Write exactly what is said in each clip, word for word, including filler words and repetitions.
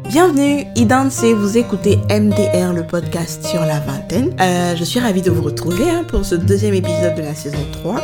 Bienvenue, Idan, c'est vous écoutez M D R, le podcast sur la vingtaine. Euh, je suis ravie de vous retrouver hein, pour ce deuxième épisode de la saison trois.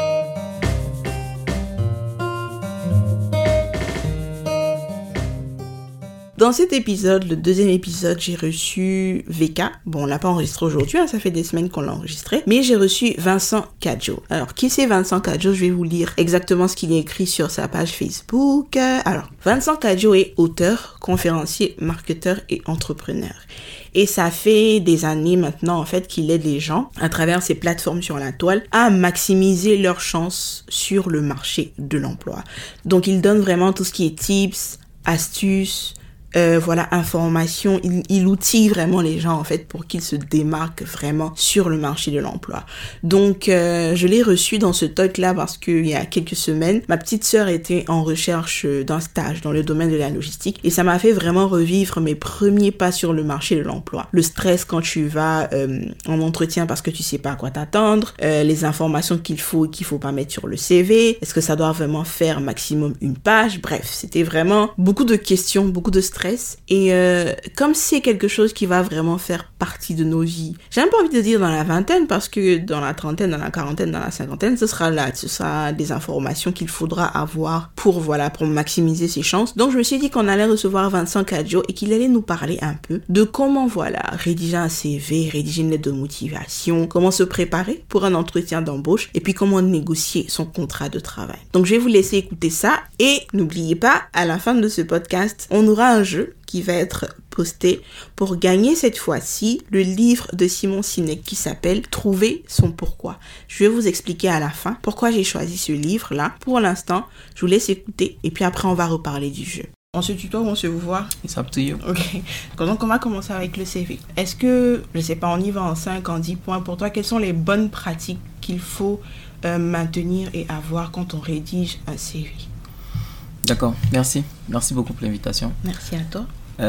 Dans cet épisode, le deuxième épisode, j'ai reçu V K. Bon, on l'a pas enregistré aujourd'hui, hein, ça fait des semaines qu'on l'a enregistré. Mais j'ai reçu Vincent Cadjo. Alors, qui c'est Vincent Cadjo? Je vais vous lire exactement ce qu'il a écrit sur sa page Facebook. Alors, Vincent Cadjo est auteur, conférencier, marketeur et entrepreneur. Et ça fait des années maintenant, en fait, qu'il aide les gens, à travers ses plateformes sur la toile, à maximiser leurs chances sur le marché de l'emploi. Donc, il donne vraiment tout ce qui est tips, astuces, Euh, voilà, information, il, il outille vraiment les gens en fait pour qu'ils se démarquent vraiment sur le marché de l'emploi. Donc euh, je l'ai reçu dans ce talk là parce qu'il y a quelques semaines, ma petite sœur était en recherche d'un stage dans le domaine de la logistique et ça m'a fait vraiment revivre mes premiers pas sur le marché de l'emploi. Le stress quand tu vas euh, en entretien parce que tu sais pas à quoi t'attendre, euh, les informations qu'il faut et qu'il faut pas mettre sur le C V, est-ce que ça doit vraiment faire maximum une page, bref, c'était vraiment beaucoup de questions, beaucoup de stress. Et euh, comme c'est quelque chose qui va vraiment faire partie de nos vies, j'ai même pas envie de dire dans la vingtaine parce que dans la trentaine, dans la quarantaine, dans la cinquantaine, ce sera là, ce sera des informations qu'il faudra avoir pour voilà pour maximiser ses chances. Donc je me suis dit qu'on allait recevoir Vincent Cadjo et qu'il allait nous parler un peu de comment voilà rédiger un C V, rédiger une lettre de motivation, comment se préparer pour un entretien d'embauche et puis comment négocier son contrat de travail. Donc je vais vous laisser écouter ça et n'oubliez pas, à la fin de ce podcast, on aura un jeu qui va être posté pour gagner cette fois-ci le livre de Simon Sinek qui s'appelle « Trouver son pourquoi ». Je vais vous expliquer à la fin pourquoi j'ai choisi ce livre-là. Pour l'instant, je vous laisse écouter et puis après on va reparler du jeu. On se tutoie ou on se vous voit? It's up to you. Ok. Donc on va commencer avec le C V. Est-ce que, je sais pas, on y va en cinq, en dix points pour toi, quelles sont les bonnes pratiques qu'il faut euh, maintenir et avoir quand on rédige un C V? D'accord, merci. Merci beaucoup pour l'invitation. Merci à toi.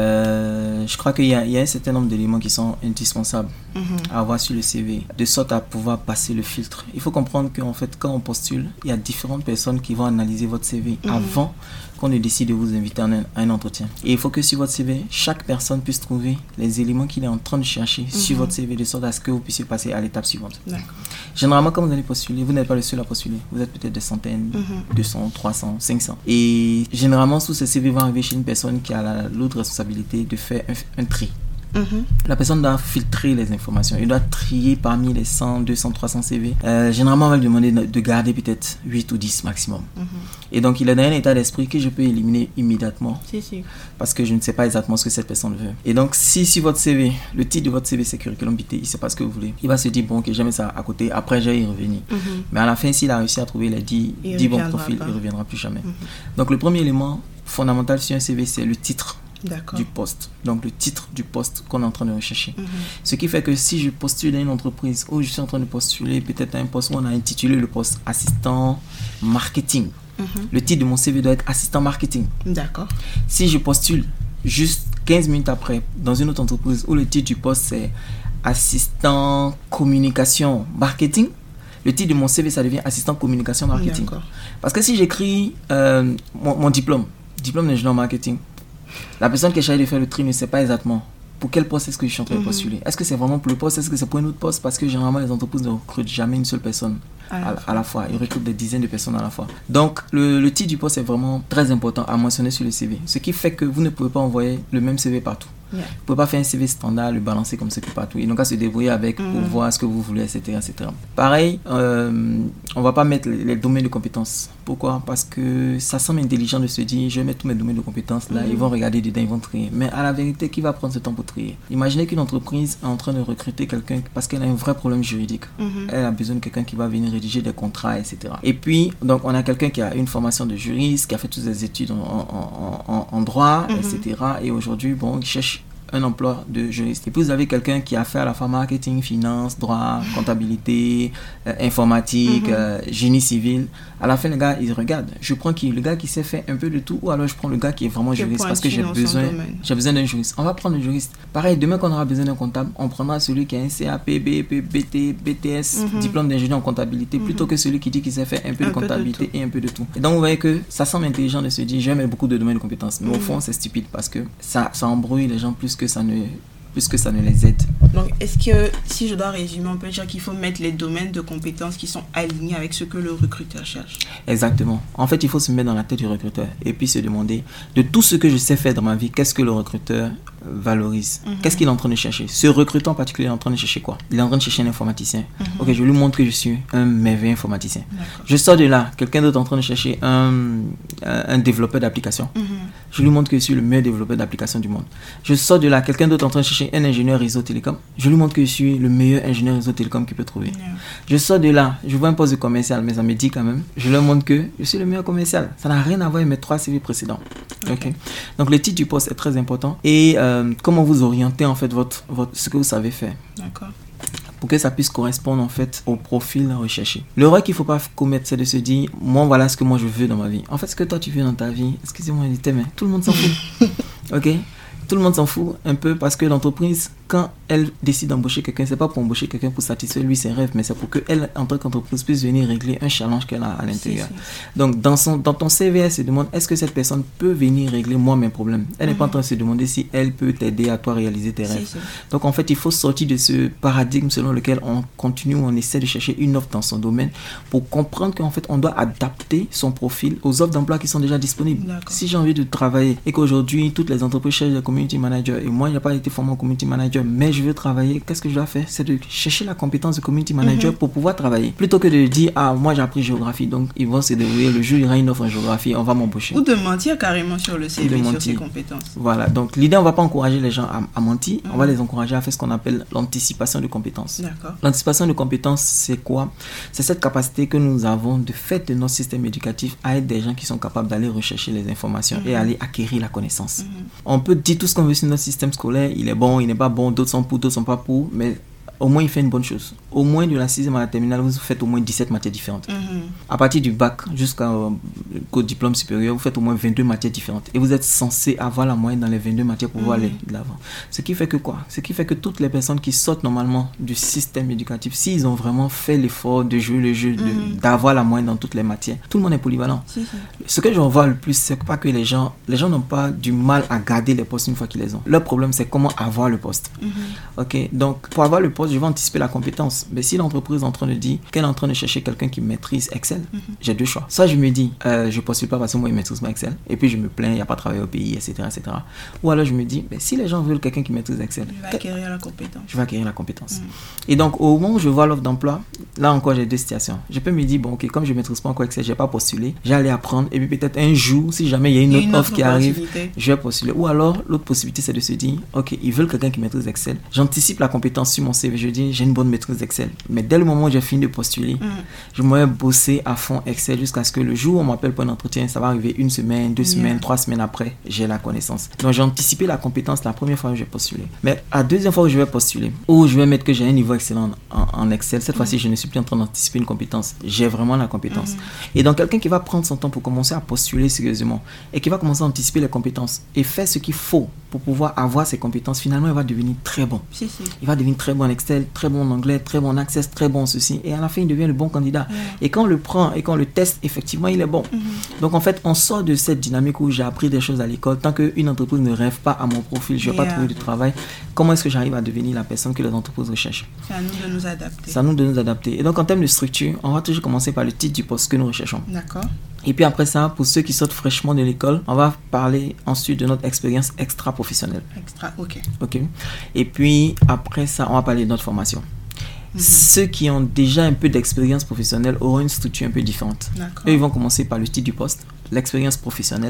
Euh, je crois qu'il y a, il y a un certain nombre d'éléments qui sont indispensables mm-hmm. à avoir sur le C V, de sorte à pouvoir passer le filtre. Il faut comprendre qu'en fait, quand on postule, il y a différentes personnes qui vont analyser votre C V mm-hmm. avant qu'on ne décide de vous inviter à un, à un entretien. Et il faut que sur votre C V, chaque personne puisse trouver les éléments qu'il est en train de chercher mm-hmm. sur votre C V, de sorte à ce que vous puissiez passer à l'étape suivante. D'accord. Généralement, quand vous allez postuler, vous n'êtes pas le seul à postuler. Vous êtes peut-être des centaines, mm-hmm. deux cents, trois cents, cinq cents. Et généralement, sous ce C V va arriver chez une personne qui a la lourde responsabilité de faire un, un tri. Mm-hmm. La personne doit filtrer les informations. Il doit trier parmi les cent, deux cents, trois cents C V. Euh, généralement, on va lui demander de garder peut-être huit ou dix maximum. Mm-hmm. Et donc, il est dans un état d'esprit que je peux éliminer immédiatement. Si, si. Parce que je ne sais pas exactement ce que cette personne veut. Et donc, si, si votre C V, le titre de votre C V, c'est curriculum vitae, il ne sait pas ce que vous voulez. Il va se dire, bon, ok, je mets ça à côté. Après, je vais y revenir. Mm-hmm. Mais à la fin, s'il a réussi à trouver les dix, dix bons profils, pas. Il ne reviendra plus jamais. Mm-hmm. Donc, le premier élément fondamental sur un C V, c'est le titre. D'accord. Du poste, donc le titre du poste qu'on est en train de rechercher. Mm-hmm. Ce qui fait que si je postule à une entreprise ou je suis en train de postuler peut-être à un poste où on a intitulé le poste assistant marketing, mm-hmm. le titre de mon C V doit être assistant marketing. D'accord. Si je postule juste quinze minutes après dans une autre entreprise où le titre du poste c'est assistant communication marketing, le titre de mon C V ça devient assistant communication marketing. D'accord. Parce que si j'écris euh, mon, mon diplôme, diplôme d'ingénieur marketing, la personne qui est chargée de faire le tri ne sait pas exactement pour quel poste est-ce que je suis en train de postuler. Est-ce que c'est vraiment pour le poste? Est-ce que c'est pour un autre poste? Parce que généralement, les entreprises ne recrutent jamais une seule personne à la, à la fois. Ils recrutent des dizaines de personnes à la fois. Donc, le, le titre du poste est vraiment très important à mentionner sur le C V. Ce qui fait que vous ne pouvez pas envoyer le même C V partout. Yeah. Vous ne pouvez pas faire un C V standard, le balancer comme ça partout. Et donc, à se débrouiller avec mm-hmm. pour voir ce que vous voulez, et cetera et cetera. Pareil, euh, on ne va pas mettre les, les domaines de compétences. Pourquoi? Parce que ça semble intelligent de se dire, je vais mettre tous mes domaines de compétences là, mm-hmm. ils vont regarder dedans, ils vont trier. Mais à la vérité, qui va prendre ce temps pour trier? Imaginez qu'une entreprise est en train de recruter quelqu'un parce qu'elle a un vrai problème juridique. Mm-hmm. Elle a besoin de quelqu'un qui va venir rédiger des contrats, et cetera. Et puis, donc, on a quelqu'un qui a une formation de juriste, qui a fait toutes ses études en, en, en, en droit, mm-hmm. et cetera. Et aujourd'hui, bon, il cherche un emploi de juriste. Et puis vous avez quelqu'un qui a fait à la fois marketing, finance, droit, comptabilité, euh, informatique, mm-hmm. euh, génie civil. À la fin, le gars, il regarde. Je prends qui, le gars qui sait faire un peu de tout, ou alors je prends le gars qui est vraiment qui juriste parce que j'ai besoin, j'ai besoin d'un juriste. On va prendre un juriste. Pareil, demain qu'on aura besoin d'un comptable, on prendra celui qui a un C A P, B P, B T, B T S, mm-hmm. diplôme d'ingénieur en comptabilité, mm-hmm. plutôt que celui qui dit qu'il sait faire un peu un de comptabilité peu de et un peu de tout. Et donc vous voyez que ça semble intelligent de se dire j'aime beaucoup de domaines de compétences, mais mm-hmm. au fond c'est stupide parce que ça, ça embrouille les gens plus que ça ne plus que ça ne les aide. Donc, est-ce que, si je dois résumer, on peut dire qu'il faut mettre les domaines de compétences qui sont alignés avec ce que le recruteur cherche? Exactement. En fait, il faut se mettre dans la tête du recruteur et puis se demander, de tout ce que je sais faire dans ma vie, qu'est-ce que le recruteur valorise? Mm-hmm. Qu'est-ce qu'il est en train de chercher? Ce recruteur en particulier est en train de chercher quoi? Il est en train de chercher un informaticien. Mm-hmm. Ok, je lui montre que je suis un merveilleux informaticien. D'accord. Je sors de là, quelqu'un d'autre est en train de chercher un, un développeur d'application. Mm-hmm. Je lui montre que je suis le meilleur développeur d'application du monde. Je sors de là, quelqu'un d'autre est en train de chercher un ingénieur réseau télécom. Je lui montre que je suis le meilleur ingénieur réseau télécom qu'il peut trouver. Yeah. Je sors de là, je vois un poste de commercial, mais ça me dit quand même, je leur montre que je suis le meilleur commercial. Ça n'a rien à voir avec mes trois C V précédents. Okay. Okay. Donc le titre du poste est très important et euh, comment vous orientez en fait votre, votre, ce que vous savez faire. D'accord. Pour que ça puisse correspondre en fait au profil recherché. L'erreur qu'il ne faut pas commettre, c'est de se dire, moi voilà ce que moi je veux dans ma vie. En fait, ce que toi tu veux dans ta vie, excusez-moi, mais tout le monde s'en fout. Ok? Tout le monde s'en fout un peu parce que l'entreprise, quand elle décide d'embaucher quelqu'un, c'est pas pour embaucher quelqu'un pour satisfaire lui ses rêves, mais c'est pour qu'elle, en tant qu'entreprise, puisse venir régler un challenge qu'elle a à l'intérieur. Si, si. Donc, dans, son, dans ton C V, elle se demande, est-ce que cette personne peut venir régler moi mes problèmes? Elle n'est mm-hmm. pas en train de se demander si elle peut t'aider à toi réaliser tes rêves. Si, si. Donc, en fait, il faut sortir de ce paradigme selon lequel on continue, on essaie de chercher une offre dans son domaine pour comprendre qu'en fait, on doit adapter son profil aux offres d'emploi qui sont déjà disponibles. D'accord. Si j'ai envie de travailler et qu'aujourd'hui, toutes les entreprises cherchent des community managers et moi, je n'ai pas été formé en community manager, mais je veux travailler, qu'est-ce que je dois faire? C'est de chercher la compétence de community manager mm-hmm. pour pouvoir travailler. Plutôt que de dire, ah, moi j'ai appris géographie, donc ils vont se débrouiller, le jour il y aura une offre en géographie, on va m'embaucher. Ou de mentir carrément sur le C V, sur ses compétences. Voilà, donc l'idée, on ne va pas encourager les gens à, à mentir, mm-hmm. on va les encourager à faire ce qu'on appelle l'anticipation de compétences. D'accord. L'anticipation de compétences, c'est quoi? C'est cette capacité que nous avons de fait de notre système éducatif à être des gens qui sont capables d'aller rechercher les informations mm-hmm. et aller acquérir la connaissance. Mm-hmm. On peut dire tout ce qu'on veut sur notre système scolaire, il est bon, il n'est pas bon, d'autres sont pour, d'autres sont pas pour, mais au moins il fait une bonne chose. Au moins de la sixième à la terminale, vous faites au moins dix-sept matières différentes. Mm-hmm. À partir du bac jusqu'au diplôme supérieur, vous faites au moins vingt-deux matières différentes. Et vous êtes censé avoir la moyenne dans les vingt-deux matières pour mm-hmm. pouvoir aller de l'avant. Ce qui fait que quoi? Ce qui fait que toutes les personnes qui sortent normalement du système éducatif, s'ils ont vraiment fait l'effort de jouer le jeu, de, mm-hmm. d'avoir la moyenne dans toutes les matières, tout le monde est polyvalent. Si, si. Ce que j'en vois le plus, c'est pas que les gens, les gens n'ont pas du mal à garder les postes une fois qu'ils les ont. Leur problème, c'est comment avoir le poste. Mm-hmm. Ok, donc pour avoir le poste, je vais anticiper la compétence. Mais si l'entreprise est en train de dire qu'elle est en train de chercher quelqu'un qui maîtrise Excel, mm-hmm. j'ai deux choix. Soit je me dis, euh, je ne postule pas parce que moi, il maîtrise pas Excel. Et puis je me plains, il n'y a pas de travail au pays, et cetera, et cetera. Ou alors je me dis, mais si les gens veulent quelqu'un qui maîtrise Excel, je vais acquérir la compétence. Je vais acquérir la compétence. Mm-hmm. Et donc, au moment où je vois l'offre d'emploi, là encore, j'ai deux situations. Je peux me dire, bon, ok, comme je ne maîtrise pas encore Excel, je n'ai pas postulé, j'ai allé apprendre. Et puis peut-être un jour, si jamais il y a une autre une offre qui arrive, je vais postuler. Ou alors, l'autre possibilité, c'est de se dire, ok, ils veulent quelqu'un qui maîtrise Excel. J'anticipe la compétence sur mon C V. Je dis, j'ai une bonne maîtrise Excel. Mais dès le moment où j'ai fini de postuler, mm. je m'aurais bossé à fond Excel jusqu'à ce que le jour où on m'appelle pour un entretien, ça va arriver une semaine, deux yeah. semaines, trois semaines après, j'ai la connaissance. Donc j'ai anticipé la compétence la première fois où j'ai postulé. Mais la deuxième fois où je vais postuler, où je vais mettre que j'ai un niveau excellent en, en Excel, cette mm. fois-ci je ne suis plus en train d'anticiper une compétence. J'ai vraiment la compétence. Mm. Et donc quelqu'un qui va prendre son temps pour commencer à postuler sérieusement et qui va commencer à anticiper les compétences et faire ce qu'il faut pour pouvoir avoir ces compétences, finalement il va devenir très bon. Si, si. Il va devenir très bon en Excel, très bon en anglais, très bon en Access, très bon en ceci. Et à la fin, il devient le bon candidat. Yeah. Et quand on le prend et qu'on le teste, effectivement, il est bon. Mm-hmm. Donc, en fait, on sort de cette dynamique où j'ai appris des choses à l'école. Tant qu'une entreprise ne rêve pas à mon profil, je ne vais yeah. pas trouver de travail. Comment est-ce que j'arrive à devenir la personne que les entreprises recherchent? C'est à nous de nous adapter. C'est à nous de nous adapter. Et donc, en termes de structure, on va toujours commencer par le titre du poste que nous recherchons. D'accord. Et puis après ça, pour ceux qui sortent fraîchement de l'école, on va parler ensuite de notre expérience extra-professionnelle. Extra, ok. Ok. Et puis après ça, on va parler de notre formation. Mm-hmm. Ceux qui ont déjà un peu d'expérience professionnelle auront une structure un peu différente. D'accord. Eux, ils vont commencer par le titre du poste, l'expérience professionnelle,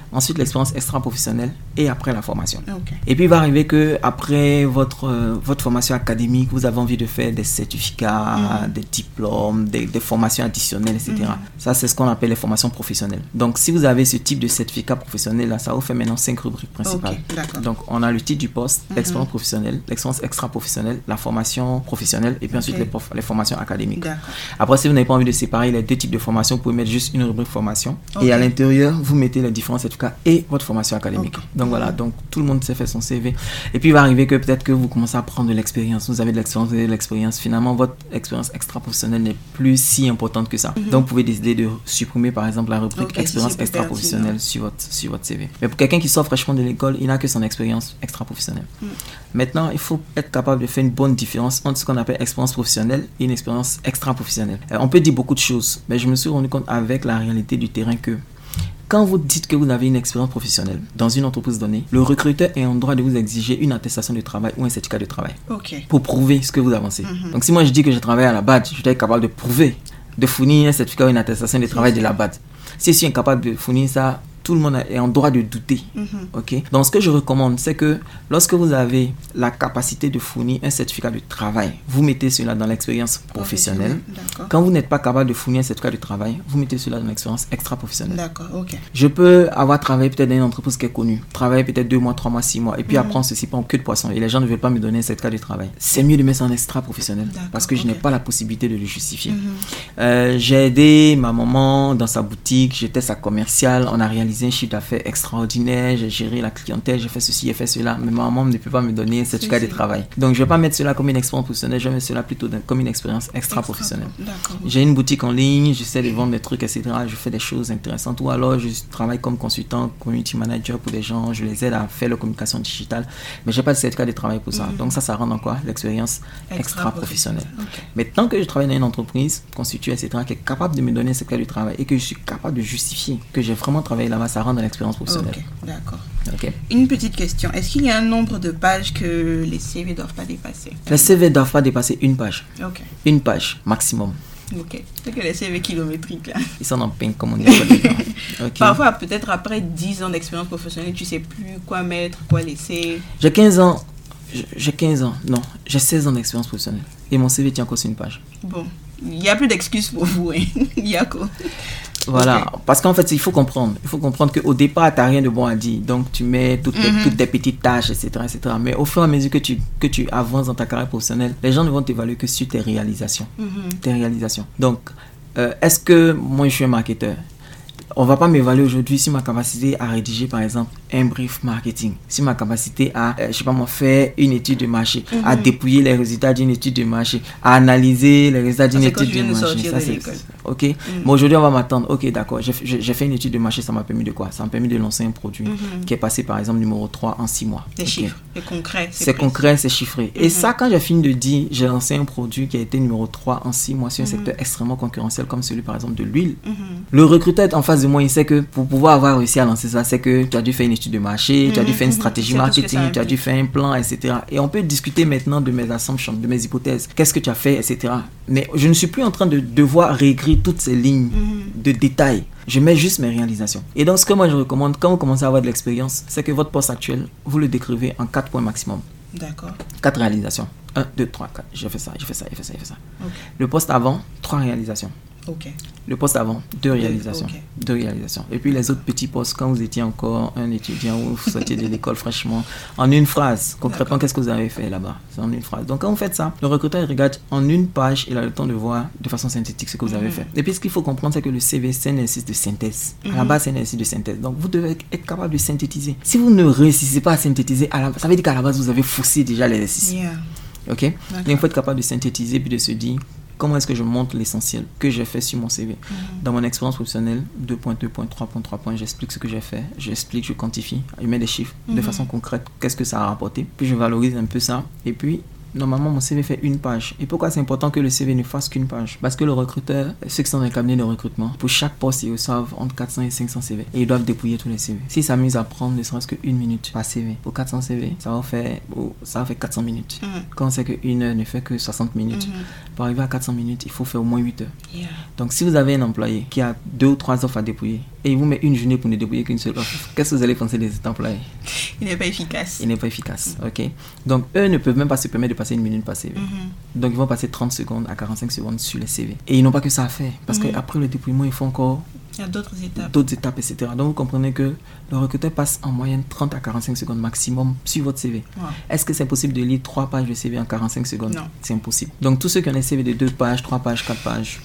ensuite l'expérience extra-professionnelle et après la formation. Okay. Et puis il va arriver que après votre, euh, votre formation académique, vous avez envie de faire des certificats, mm. des diplômes, des, des formations additionnelles, et cetera. Mm. Ça, c'est ce qu'on appelle les formations professionnelles. Donc, si vous avez ce type de certificat professionnel, là, ça vous fait maintenant cinq rubriques principales. Okay, donc, on a le titre du poste, mm-hmm. l'expérience professionnelle, l'expérience extra-professionnelle, la formation professionnelle et puis ensuite okay. les, les formations académiques. D'accord. Après, si vous n'avez pas envie de séparer les deux types de formations, vous pouvez mettre juste une rubrique formation. Okay. Et à l'intérieur, vous mettez les différents certificats et votre formation académique. Okay. Donc, voilà. Donc, tout le monde s'est fait son C V. Et puis, il va arriver que peut-être que vous commencez à prendre de l'expérience. Vous avez de l'expérience, vous avez de l'expérience. Finalement, votre expérience extra-professionnelle n'est plus si importante que ça. Mm-hmm. Donc, vous pouvez décider de supprimer, par exemple, la rubrique okay, expérience si extra-professionnelle sur votre, sur votre C V. Mais pour quelqu'un qui sort fraîchement de l'école, il n'a que son expérience extra-professionnelle. Mm. Maintenant, il faut être capable de faire une bonne différence entre ce qu'on appelle expérience professionnelle et une expérience extra-professionnelle. Euh, on peut dire beaucoup de choses, mais je me suis rendu compte avec la réalité du terrain que quand vous dites que vous avez une expérience professionnelle dans une entreprise donnée, le recruteur est en droit de vous exiger une attestation de travail ou un certificat de travail okay. pour prouver ce que vous avancez. Mm-hmm. Donc, si moi je dis que je travaille à la B A D, je dois être capable de prouver, de fournir un certificat ou une attestation de travail de la B A D. Si je suis incapable de fournir ça, tout le monde est en droit de douter. Mm-hmm. Okay? Donc, ce que je recommande, c'est que lorsque vous avez la capacité de fournir un certificat de travail, vous mettez cela dans l'expérience professionnelle. D'accord. Quand vous n'êtes pas capable de fournir un certificat de travail, vous mettez cela dans l'expérience extra-professionnelle. D'accord, ok. Je peux avoir travaillé peut-être dans une entreprise qui est connue, travailler peut-être deux mois, trois mois, six mois, et puis mm-hmm. apprendre ceci pas en queue de poisson, et les gens ne veulent pas me donner un certificat de travail. C'est mieux de mettre ça en extra-professionnel, d'accord, parce que je okay. n'ai pas la possibilité de le justifier. Mm-hmm. Euh, j'ai aidé ma maman dans sa boutique, j'étais sa commerciale, on a réalisé un chiffre d'affaires extraordinaire, j'ai géré la clientèle, j'ai fait ceci, j'ai fait cela, mais ma maman ne peut pas me donner un certificat de travail. Donc je ne vais pas mettre cela comme une expérience professionnelle, je vais mettre cela plutôt comme une expérience extra-professionnelle. Extra, j'ai une boutique en ligne, j'essaie de vendre des trucs, et cetera. Je fais des choses intéressantes, ou alors je travaille comme consultant, community manager pour des gens, je les aide à faire la communication digitale, mais je n'ai pas de certificat de travail pour ça. Mm-hmm. Donc ça, ça rend en quoi l'expérience extra-professionnelle. Okay. Mais tant que je travaille dans une entreprise constituée, et cetera, qui est capable de me donner un certificat de travail et que je suis capable de justifier que j'ai vraiment travaillé là-bas, ça rend dans l'expérience professionnelle. Ok, d'accord. Okay. Une petite question. Est-ce qu'il y a un nombre de pages que les C V ne doivent pas dépasser? Les C V ne doivent pas dépasser une page. Ok. Une page, maximum. Ok. C'est que les C V kilométriques, là. Ils sont en pink, comme on dit. Okay. Parfois, peut-être après dix ans d'expérience professionnelle, tu ne sais plus quoi mettre, quoi laisser. J'ai quinze ans. J'ai quinze ans. Non, j'ai seize ans d'expérience professionnelle. Et mon C V tient encore sur une page. Bon. Il n'y a plus d'excuses pour vous. Hein. Il y a quoi? Voilà, okay. Parce qu'en fait, il faut comprendre. Il faut comprendre qu'au départ, tu n'as rien de bon à dire. Donc, tu mets toutes, mm-hmm. tes, toutes tes petites tâches, et cetera, et cetera. Mais au fur et à mesure que tu, que tu avances dans ta carrière professionnelle, les gens ne vont t'évaluer que sur tes réalisations. Mm-hmm. Tes réalisations. Donc, euh, est-ce que moi, je suis un marketeur? On ne va pas m'évaluer aujourd'hui sur ma capacité à rédiger, par exemple, un brief marketing, sur ma capacité à, euh, je sais pas moi, faire une étude de marché, mm-hmm. à dépouiller les résultats d'une étude de marché, à analyser les résultats d'une étude de marché. Ça, c'est, ok. Mm-hmm. Mais aujourd'hui, on va m'attendre. Ok, d'accord. J'ai, j'ai fait une étude de marché, ça m'a permis de quoi? Ça m'a permis de lancer un produit mm-hmm. qui est passé, par exemple, numéro trois en six mois. C'est okay. chiffres, c'est concret. C'est, c'est concret, c'est chiffré. Mm-hmm. Et ça, quand j'ai fini de dire, j'ai lancé un produit qui a été numéro trois en six mois sur un mm-hmm. secteur extrêmement concurrentiel comme celui, par exemple, de l'huile. Mm-hmm. Le recruteur en face de moi, il sait que pour pouvoir avoir réussi à lancer ça, c'est que tu as dû faire une étude de marché, mmh, tu as dû faire une stratégie mmh, marketing, tu as dû faire un plan, et cetera. Et on peut discuter maintenant de mes assumptions, de mes hypothèses. Qu'est-ce que tu as fait, et cetera. Mais je ne suis plus en train de devoir réécrire toutes ces lignes mmh. de détails. Je mets juste mes réalisations. Et donc, ce que moi je recommande, quand vous commencez à avoir de l'expérience, c'est que votre poste actuel, vous le décrivez en quatre points maximum. D'accord. Quatre réalisations. un, deux, trois, quatre. J'ai fait ça, j'ai fait ça, j'ai fait ça, j'ai fait ça. Okay. Le poste avant, trois réalisations. Ok. Le poste avant, deux réalisations. Okay. Deux réalisations. Et puis les autres petits postes, quand vous étiez encore un étudiant ou vous sortiez de l'école fraîchement, en une phrase, concrètement, d'accord. Qu'est-ce que vous avez fait là-bas? C'est en une phrase. Donc quand vous faites ça, le recruteur il regarde en une page, il a le temps de voir de façon synthétique ce que vous mm-hmm. avez fait. Et puis ce qu'il faut comprendre, c'est que le C V, c'est un exercice de synthèse. Mm-hmm. À la base, c'est un exercice de synthèse. Donc vous devez être capable de synthétiser. Si vous ne réussissez pas à synthétiser, à la... ça veut dire qu'à la base, vous avez faussé déjà l'exercice. Yeah. Ok? D'accord. Donc il faut être capable de synthétiser puis de se dire, comment est-ce que je montre l'essentiel que j'ai fait sur mon C V? Mm-hmm. Dans mon expérience professionnelle, deux point deux point trois point trois points, j'explique ce que j'ai fait, j'explique, je quantifie, je mets des chiffres mm-hmm. de façon concrète, qu'est-ce que ça a rapporté, puis je valorise un peu ça, et puis Normalement, mon C V fait une page. Et pourquoi c'est important que le C V ne fasse qu'une page? Parce que le recruteur, ceux qui sont dans les cabinets de recrutement, pour chaque poste, ils reçoivent entre quatre cents et cinq cents C V. Et ils doivent dépouiller tous les C V. S'ils s'amusent à prendre ne serait-ce qu'une minute par C V, pour quatre cents C V, ça va faire, ça va faire quatre cents minutes. Mm-hmm. Quand on sait qu'une heure ne fait que soixante minutes, mm-hmm. pour arriver à quatre cents minutes, il faut faire au moins huit heures. Yeah. Donc, si vous avez un employé qui a deux ou trois offres à dépouiller, et il vous met une journée pour ne dépouiller qu'une seule offre, qu'est-ce que vous allez penser de cet employé? Il n'est pas efficace. Il n'est pas efficace, mm-hmm. ok. Donc, eux ne peuvent même pas se permettre de passer une minute par C V. Mm-hmm. Donc, ils vont passer trente secondes à quarante-cinq secondes sur les C V. Et ils n'ont pas que ça à faire, parce mm-hmm. qu'après le dépouillement, il faut encore... Il y a d'autres étapes. D'autres étapes, et cetera. Donc, vous comprenez que le recruteur passe en moyenne trente à quarante-cinq secondes maximum sur votre C V. Wow. Est-ce que c'est possible de lire trois pages de C V en quarante-cinq secondes? Non. C'est impossible. Donc, tous ceux qui ont des C V de deux pages, trois pages, quatre pages...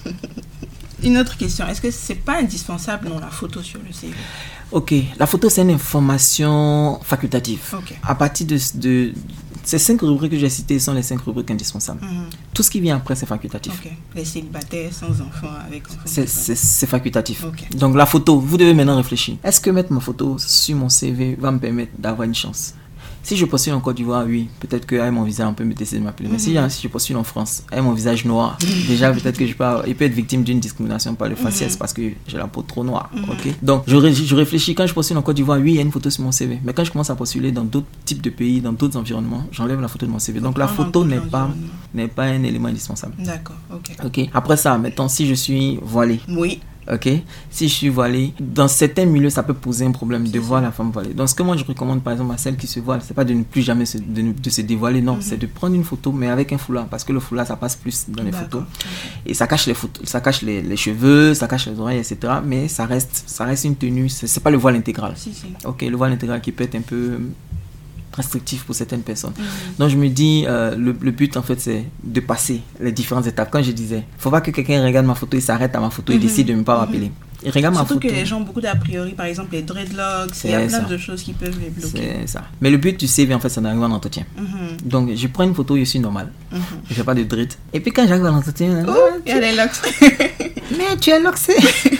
Une autre question, est-ce que c'est pas indispensable dans la photo sur le C V? Ok, la photo c'est une information facultative. Okay. À partir de, de ces cinq rubriques que j'ai citées sont les cinq rubriques indispensables. Mm-hmm. Tout ce qui vient après c'est facultatif. Okay. Les célibataires, sans enfants, avec enfants. C'est, c'est, c'est facultatif. Okay. Donc la photo, vous devez maintenant réfléchir. Est-ce que mettre ma photo sur mon C V va me permettre d'avoir une chance? Si je postule en Côte d'Ivoire, oui, peut-être qu'avec mon visage, on peut me décider de m'appeler. Mm-hmm. Mais si, hein, si je postule en France, avec mon visage noir, mm-hmm. déjà, peut-être que je peux, il peut être victime d'une discrimination par le faciès mm-hmm. parce que j'ai la peau trop noire. Mm-hmm. Okay? Donc, je, ré, je réfléchis. Quand je postule en Côte d'Ivoire, oui, il y a une photo sur mon C V. Mais quand je commence à postuler dans d'autres types de pays, dans d'autres environnements, j'enlève la photo de mon C V. Donc, la photo n'est pas, n'est pas un élément indispensable. D'accord, ok. Ok. Après ça, maintenant, si je suis voilé. Oui. Ok, si je suis voilée, dans certains milieux, ça peut poser un problème de voir la femme voilée. Donc, ce que moi je recommande par exemple à celles qui se voilent, c'est pas de ne plus jamais se, de, de se dévoiler, non, mm-hmm. c'est de prendre une photo, mais avec un foulard, parce que le foulard ça passe plus dans les D'accord. photos okay. et ça cache les photos, ça cache les, les cheveux, ça cache les oreilles, et cetera. Mais ça reste, ça reste une tenue, c'est, c'est pas le voile intégral. Si, si. Ok, le voile intégral qui peut être un peu restrictif pour certaines personnes. Mmh. Donc je me dis, euh, le, le but en fait c'est de passer les différentes étapes. Quand je disais, faut pas que quelqu'un regarde ma photo et s'arrête à ma photo mmh. et décide de ne pas m'appeler. Mmh. Regarde Surtout ma photo. que les gens ont beaucoup d'a priori, par exemple les dreadlocks, il y a plein ça. de choses qui peuvent les bloquer. C'est ça. Mais le but du C V en fait c'est d'arriver en entretien. Mmh. Donc je prends une photo, je suis normal. Mmh. Je fais pas de dread. Et puis quand j'arrive à l'entretien, oh, il y a les locks. Mais tu es loxé.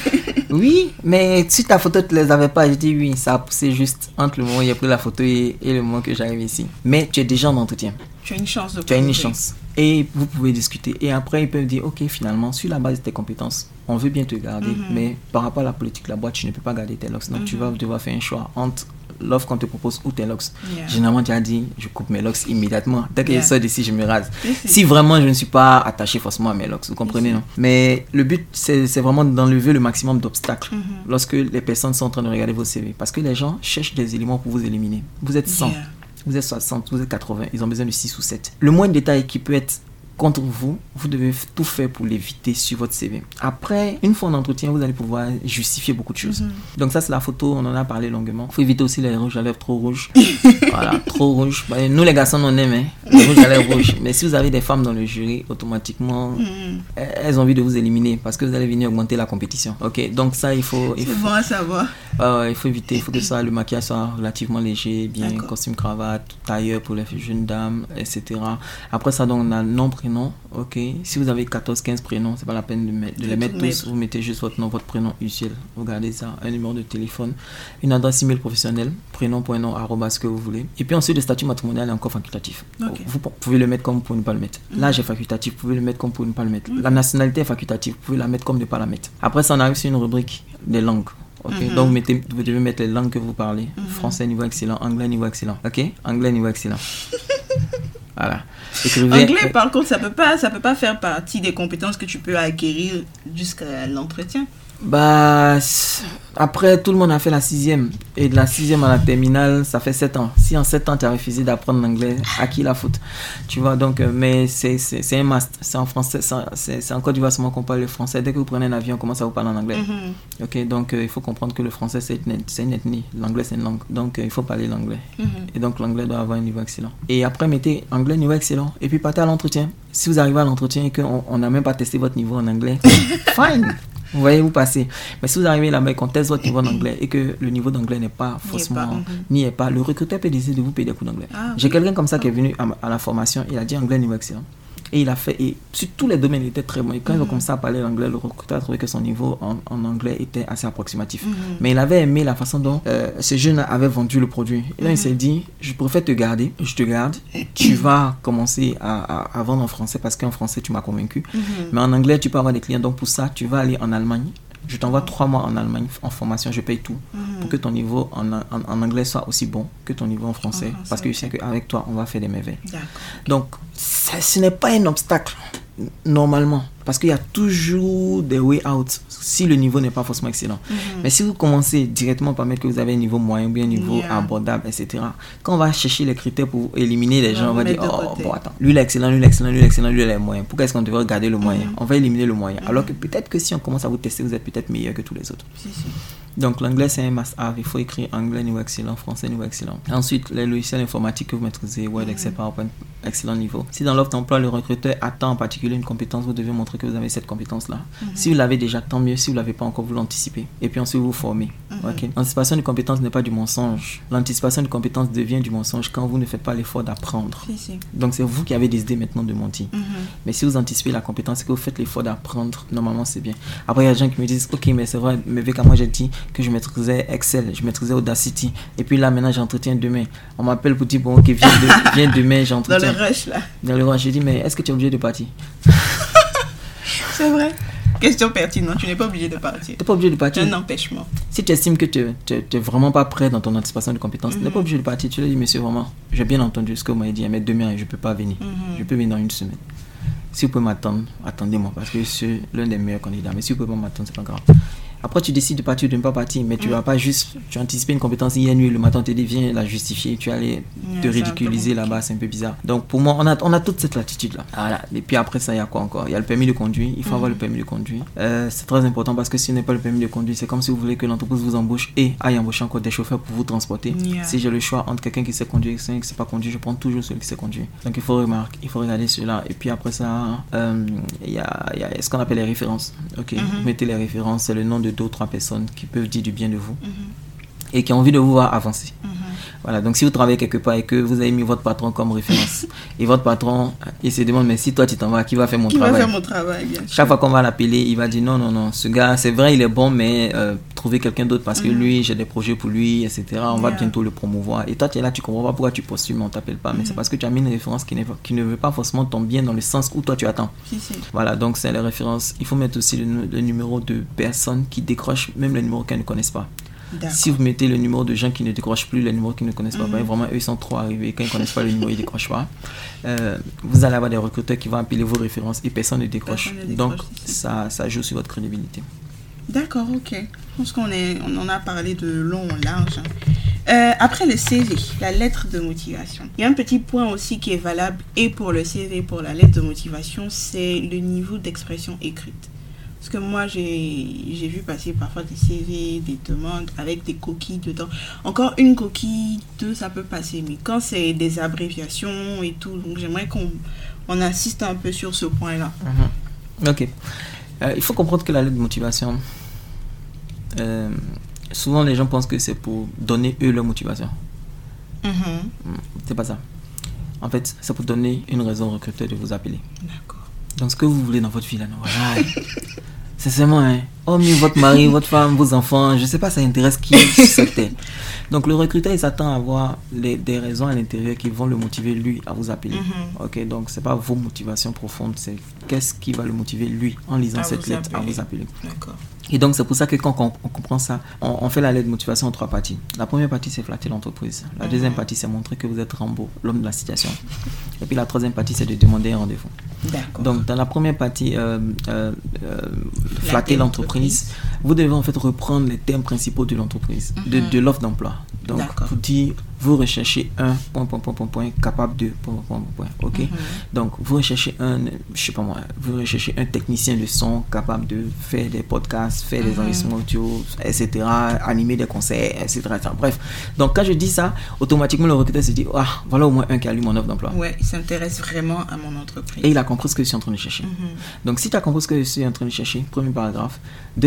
Oui, mais si ta photo tu les avais pas, je dis oui, ça a poussé juste entre le moment où il a pris la photo et, et le moment que j'arrive ici. Mais tu es déjà en entretien. Tu as une chance de Tu as une chance. Et vous pouvez discuter. Et après, ils peuvent dire, ok, finalement, sur la base de tes compétences, on veut bien te garder, mm-hmm. mais par rapport à la politique de la boîte, tu ne peux pas garder tes locks. Donc, mm-hmm. tu vas devoir faire un choix entre l'offre qu'on te propose ou tes locks. Yeah. Généralement, tu as dit, je coupe mes locks immédiatement. Dès que yeah. je sors d'ici, je me rase. Si vraiment je ne suis pas attaché forcément à mes locks, vous comprenez, non? Mais le but, c'est, c'est vraiment d'enlever le maximum d'obstacles mm-hmm. lorsque les personnes sont en train de regarder vos C V. Parce que les gens cherchent des éléments pour vous éliminer. Vous êtes cent, yeah. vous êtes soixante, vous êtes quatre-vingts, ils ont besoin de six ou sept. Le moindre détail qui peut être contre vous, vous devez tout faire pour l'éviter sur votre C V. Après, une fois en entretien, vous allez pouvoir justifier beaucoup de choses. Mm-hmm. Donc ça, c'est la photo, on en a parlé longuement. Il faut éviter aussi les rouges à lèvres trop rouges. Voilà, trop rouges. Bah, nous, les garçons, on aime, hein, les rouges à lèvres rouges. Mais si vous avez des femmes dans le jury, automatiquement, mm-hmm. elles ont envie de vous éliminer parce que vous allez venir augmenter la compétition. Ok, donc ça, il faut... Il c'est faut, bon à savoir. Euh, il faut éviter, il faut que ça, le maquillage soit relativement léger, bien, D'accord. costume, cravate, tailleur pour les jeunes dames, et cetera. Après ça, donc, on a nom, prénom. Ok, si vous avez quatorze quinze prénoms, c'est pas la peine de, mettre, de les mettre tous. Mettre. Vous mettez juste votre nom, votre prénom usuel. Regardez ça, un numéro de téléphone, une adresse email professionnelle, prénom, point nom, arobase, ce que vous voulez. Et puis ensuite, le statut matrimonial est encore facultatif. Okay. Vous pouvez le mettre comme vous pouvez ne pas le mettre. Mm-hmm. L'âge est facultatif, vous pouvez le mettre comme vous pouvez ne pas le mettre. Mm-hmm. La nationalité est facultative, vous pouvez la mettre comme ne pas la mettre. Après, ça, on arrive sur une rubrique des langues. Okay. Mm-hmm. Donc, vous, mettez, vous devez mettre les langues que vous parlez. Mm-hmm. Français niveau excellent, anglais niveau excellent. Ok, anglais niveau excellent. Voilà. Écrivez... Anglais, par contre, ça peut pas, ça peut pas faire partie des compétences que tu peux acquérir jusqu'à l'entretien. Bah, après, tout le monde a fait la sixième. Et de la sixième à la terminale, ça fait sept ans. Si en sept ans, tu as refusé d'apprendre l'anglais, à qui la faute? Tu vois, donc, euh, mais c'est, c'est, c'est un must. C'est en français, c'est, c'est en Côte d'Ivoire seulement qu'on parle le français. Dès que vous prenez un avion, on commence à vous parler en anglais. Mm-hmm. Ok, donc, euh, il faut comprendre que le français, c'est une, c'est une ethnie. L'anglais, c'est une langue. Donc, euh, il faut parler l'anglais. Mm-hmm. Et donc, l'anglais doit avoir un niveau excellent. Et après, mettez anglais niveau excellent. Et puis, partez à l'entretien. Si vous arrivez à l'entretien et qu'on n'a même pas testé votre niveau en anglais, fine! Vous voyez, vous passez. Mais si vous arrivez là-bas et qu'on teste votre niveau d'anglais et que le niveau d'anglais n'est pas forcément, n'y est pas, le recruteur peut décider de vous payer des cours d'anglais. Ah, J'ai oui. quelqu'un comme ça qui est venu à, à la formation, il a dit anglais niveau excellent. Et il a fait, et sur tous les domaines, il était très bon. Et quand mm-hmm. il a commencé à parler l'anglais, le recruteur a trouvé que son niveau en, en anglais était assez approximatif. Mm-hmm. Mais il avait aimé la façon dont euh, ce jeune avait vendu le produit. Et là, mm-hmm. il s'est dit, je préfère te garder, je te garde, tu vas commencer à, à, à vendre en français parce qu'en français, tu m'as convaincu. Mm-hmm. Mais en anglais, tu peux avoir des clients. Donc pour ça, tu vas aller en Allemagne. Je t'envoie trois mois en Allemagne en formation, je paye tout mm-hmm. pour que ton niveau en, en, en anglais soit aussi bon que ton niveau en français. En français parce que je sais qu'avec toi, on va faire des merveilles. D'accord. Donc, ça, ce n'est pas un obstacle, normalement. Parce qu'il y a toujours des way out si le niveau n'est pas forcément excellent. Mm-hmm. Mais si vous commencez directement par mettre que vous avez un niveau moyen, bien un niveau yeah. abordable, et cetera. Quand on va chercher les critères pour éliminer les gens, on va dire, oh, côté. bon, attends, lui il est excellent, lui il est excellent, lui il est excellent, lui il est moyen. Pourquoi est-ce qu'on devrait regarder le moyen? Mm-hmm. On va éliminer le moyen. Mm-hmm. Alors que peut-être que si on commence à vous tester, vous êtes peut-être meilleur que tous les autres. Si, si. Donc l'anglais c'est un must-have. Il faut écrire anglais niveau excellent, français niveau excellent. Ensuite, les logiciels informatiques que vous maîtrisez, Word, Excel, PowerPoint, excellent niveau. Si dans l'offre d'emploi, le recruteur attend en particulier une compétence, vous devez montrer que vous avez cette compétence là. Mm-hmm. Si vous l'avez déjà, tant mieux. Si vous ne l'avez pas encore, vous l'anticipez. Et puis ensuite, vous vous formez. Mm-hmm. Okay? L'anticipation de compétences n'est pas du mensonge. L'anticipation de compétences devient du mensonge quand vous ne faites pas l'effort d'apprendre. Si, si. Donc, c'est vous qui avez décidé maintenant de mentir. Mm-hmm. Mais si vous anticipez la compétence et que vous faites l'effort d'apprendre, normalement, c'est bien. Après, il y a des gens qui me disent, ok, mais c'est vrai, mais vu qu'à moi, j'ai dit que je maîtrisais Excel, je maîtrisais Audacity. Et puis là, maintenant, j'entretiens demain. On m'appelle pour dire, bon, ok, viens, de, viens demain, j'entretiens. Dans le rush, là. Dans le rush, j'ai dit, mais est-ce que tu es obligé de partir? C'est vrai. Question pertinente, tu n'es pas obligé de partir. Tu n'es pas obligé de partir. Un empêchement. Si tu estimes que tu n'es vraiment pas prêt dans ton anticipation de compétences, mm-hmm. tu n'es pas obligé de partir. Tu lui dis, monsieur, vraiment, j'ai bien entendu ce que vous m'avez dit, mais demain, je ne peux pas venir. Mm-hmm. Je peux venir dans une semaine. Si vous pouvez m'attendre, attendez-moi, parce que je suis l'un des meilleurs candidats. Mais si vous pouvez pas m'attendre, c'est pas grave. Après, tu décides de partir ou de ne pas partir, mais tu ne vas pas juste, tu anticipes une compétence hier nuit, le matin, on te dit, viens la justifier, tu vas aller te yeah, ridiculiser là-bas, c'est un peu bizarre. Donc, pour moi, on a, on a toute cette latitude-là. Voilà. Et puis après ça, il y a quoi encore? Il y a le permis de conduire, il faut mm-hmm. avoir le permis de conduire. Euh, c'est très important parce que si vous n'avez pas le permis de conduire, c'est comme si vous voulez que l'entreprise vous embauche et aille embaucher encore des chauffeurs pour vous transporter. Yeah. Si j'ai le choix entre quelqu'un qui sait conduire et quelqu'un qui ne sait pas conduire, je prends toujours celui qui sait conduire. Donc, il faut remarquer, il faut regarder cela. Et puis après ça, euh, il y a, il y a ce qu'on appelle les références. Ok, mm-hmm. Vous mettez les références, c'est le nom de deux ou trois personnes qui peuvent dire du bien de vous mm-hmm. et qui ont envie de vous voir avancer. Mm-hmm. Voilà, donc si vous travaillez quelque part et que vous avez mis votre patron comme référence et votre patron, il se demande, mais si toi tu t'en vas, qui va faire mon qui travail? Qui va faire mon travail, bien sûr. Chaque fois qu'on va l'appeler, il va dire non, non, non, ce gars, c'est vrai, il est bon, mais euh, trouver quelqu'un d'autre parce que mm-hmm. lui, j'ai des projets pour lui, et cetera. On yeah. va bientôt le promouvoir. Et toi, tu es là, tu comprends pas pourquoi tu postules, mais on t'appelle pas. Mm-hmm. Mais c'est parce que tu as mis une référence qui, qui ne veut pas forcément ton bien dans le sens où toi tu attends. Si, si. Voilà, donc c'est les références. Il faut mettre aussi le, le numéro de personnes qui décrochent, même le numéro qu'elles ne connaissent pas. D'accord. Si vous mettez le numéro de gens qui ne décrochent plus, les numéros qui ne connaissent pas, mm-hmm. ben, vraiment, eux, ils sont trop arrivés. Quand ils ne connaissent pas le numéro, ils ne décrochent pas. Euh, vous allez avoir des recruteurs qui vont appeler vos références et personne ne décroche. Personne ne décroche. Donc, ça, ça joue sur votre crédibilité. D'accord, ok. Je pense qu'on est, on en a parlé de long en large. Euh, après le C V, la lettre de motivation. Il y a un petit point aussi qui est valable et pour le C V et pour la lettre de motivation, c'est le niveau d'expression écrite. Parce que moi, j'ai, j'ai vu passer parfois des C V, des demandes avec des coquilles dedans. Encore une coquille, deux, ça peut passer. Mais quand c'est des abréviations et tout, donc j'aimerais qu'on on insiste un peu sur ce point-là. Mm-hmm. Ok. Euh, il faut comprendre que la lettre de motivation, euh, souvent les gens pensent que c'est pour donner eux leur motivation. Mm-hmm. C'est pas ça. En fait, c'est pour donner une raison au recruteur de vous appeler. D'accord. Donc, ce que vous voulez dans votre vie, là, non, voilà. C'est seulement, hein, oh, mais votre mari, votre femme, vos enfants, je sais pas, ça intéresse qui sur tête. Donc, le recruteur, il s'attend à avoir les, des raisons à l'intérieur qui vont le motiver, lui, à vous appeler. Mm-hmm. Ok, donc, c'est pas vos motivations profondes, c'est qu'est-ce qui va le motiver, lui, en lisant à cette lettre, appeler. à vous appeler. D'accord. Et donc, c'est pour ça que quand on, on comprend ça, on, on fait la lettre de motivation en trois parties. La première partie, c'est flatter l'entreprise. La mm-hmm. deuxième partie, c'est montrer que vous êtes Rambo, l'homme de la situation. Et puis, la troisième partie, c'est de demander un rendez-vous. D'accord. Donc, dans la première partie, euh, euh, euh, flatter l'entreprise, vous devez en fait reprendre les termes principaux de l'entreprise, mm-hmm. de, de l'offre d'emploi. Donc, D'accord. vous dire, vous recherchez un point, point, point, point, point, capable de point, point, point, point, ok? Mm-hmm. Donc, vous recherchez un, je sais pas moi, vous recherchez un technicien de son capable de faire des podcasts, faire mm-hmm. des enregistrements audio, et cetera, animer des concerts, et cetera, et cetera. Bref, donc quand je dis ça, automatiquement le recruteur se dit, ah, voilà au moins un qui a lu mon offre d'emploi. Ouais, il s'intéresse vraiment à mon entreprise. Et il a compris ce que je suis en train de chercher. Mm-hmm. Donc, si tu as compris ce que je suis en train de chercher, premier paragraphe. Deuxième paragraphe,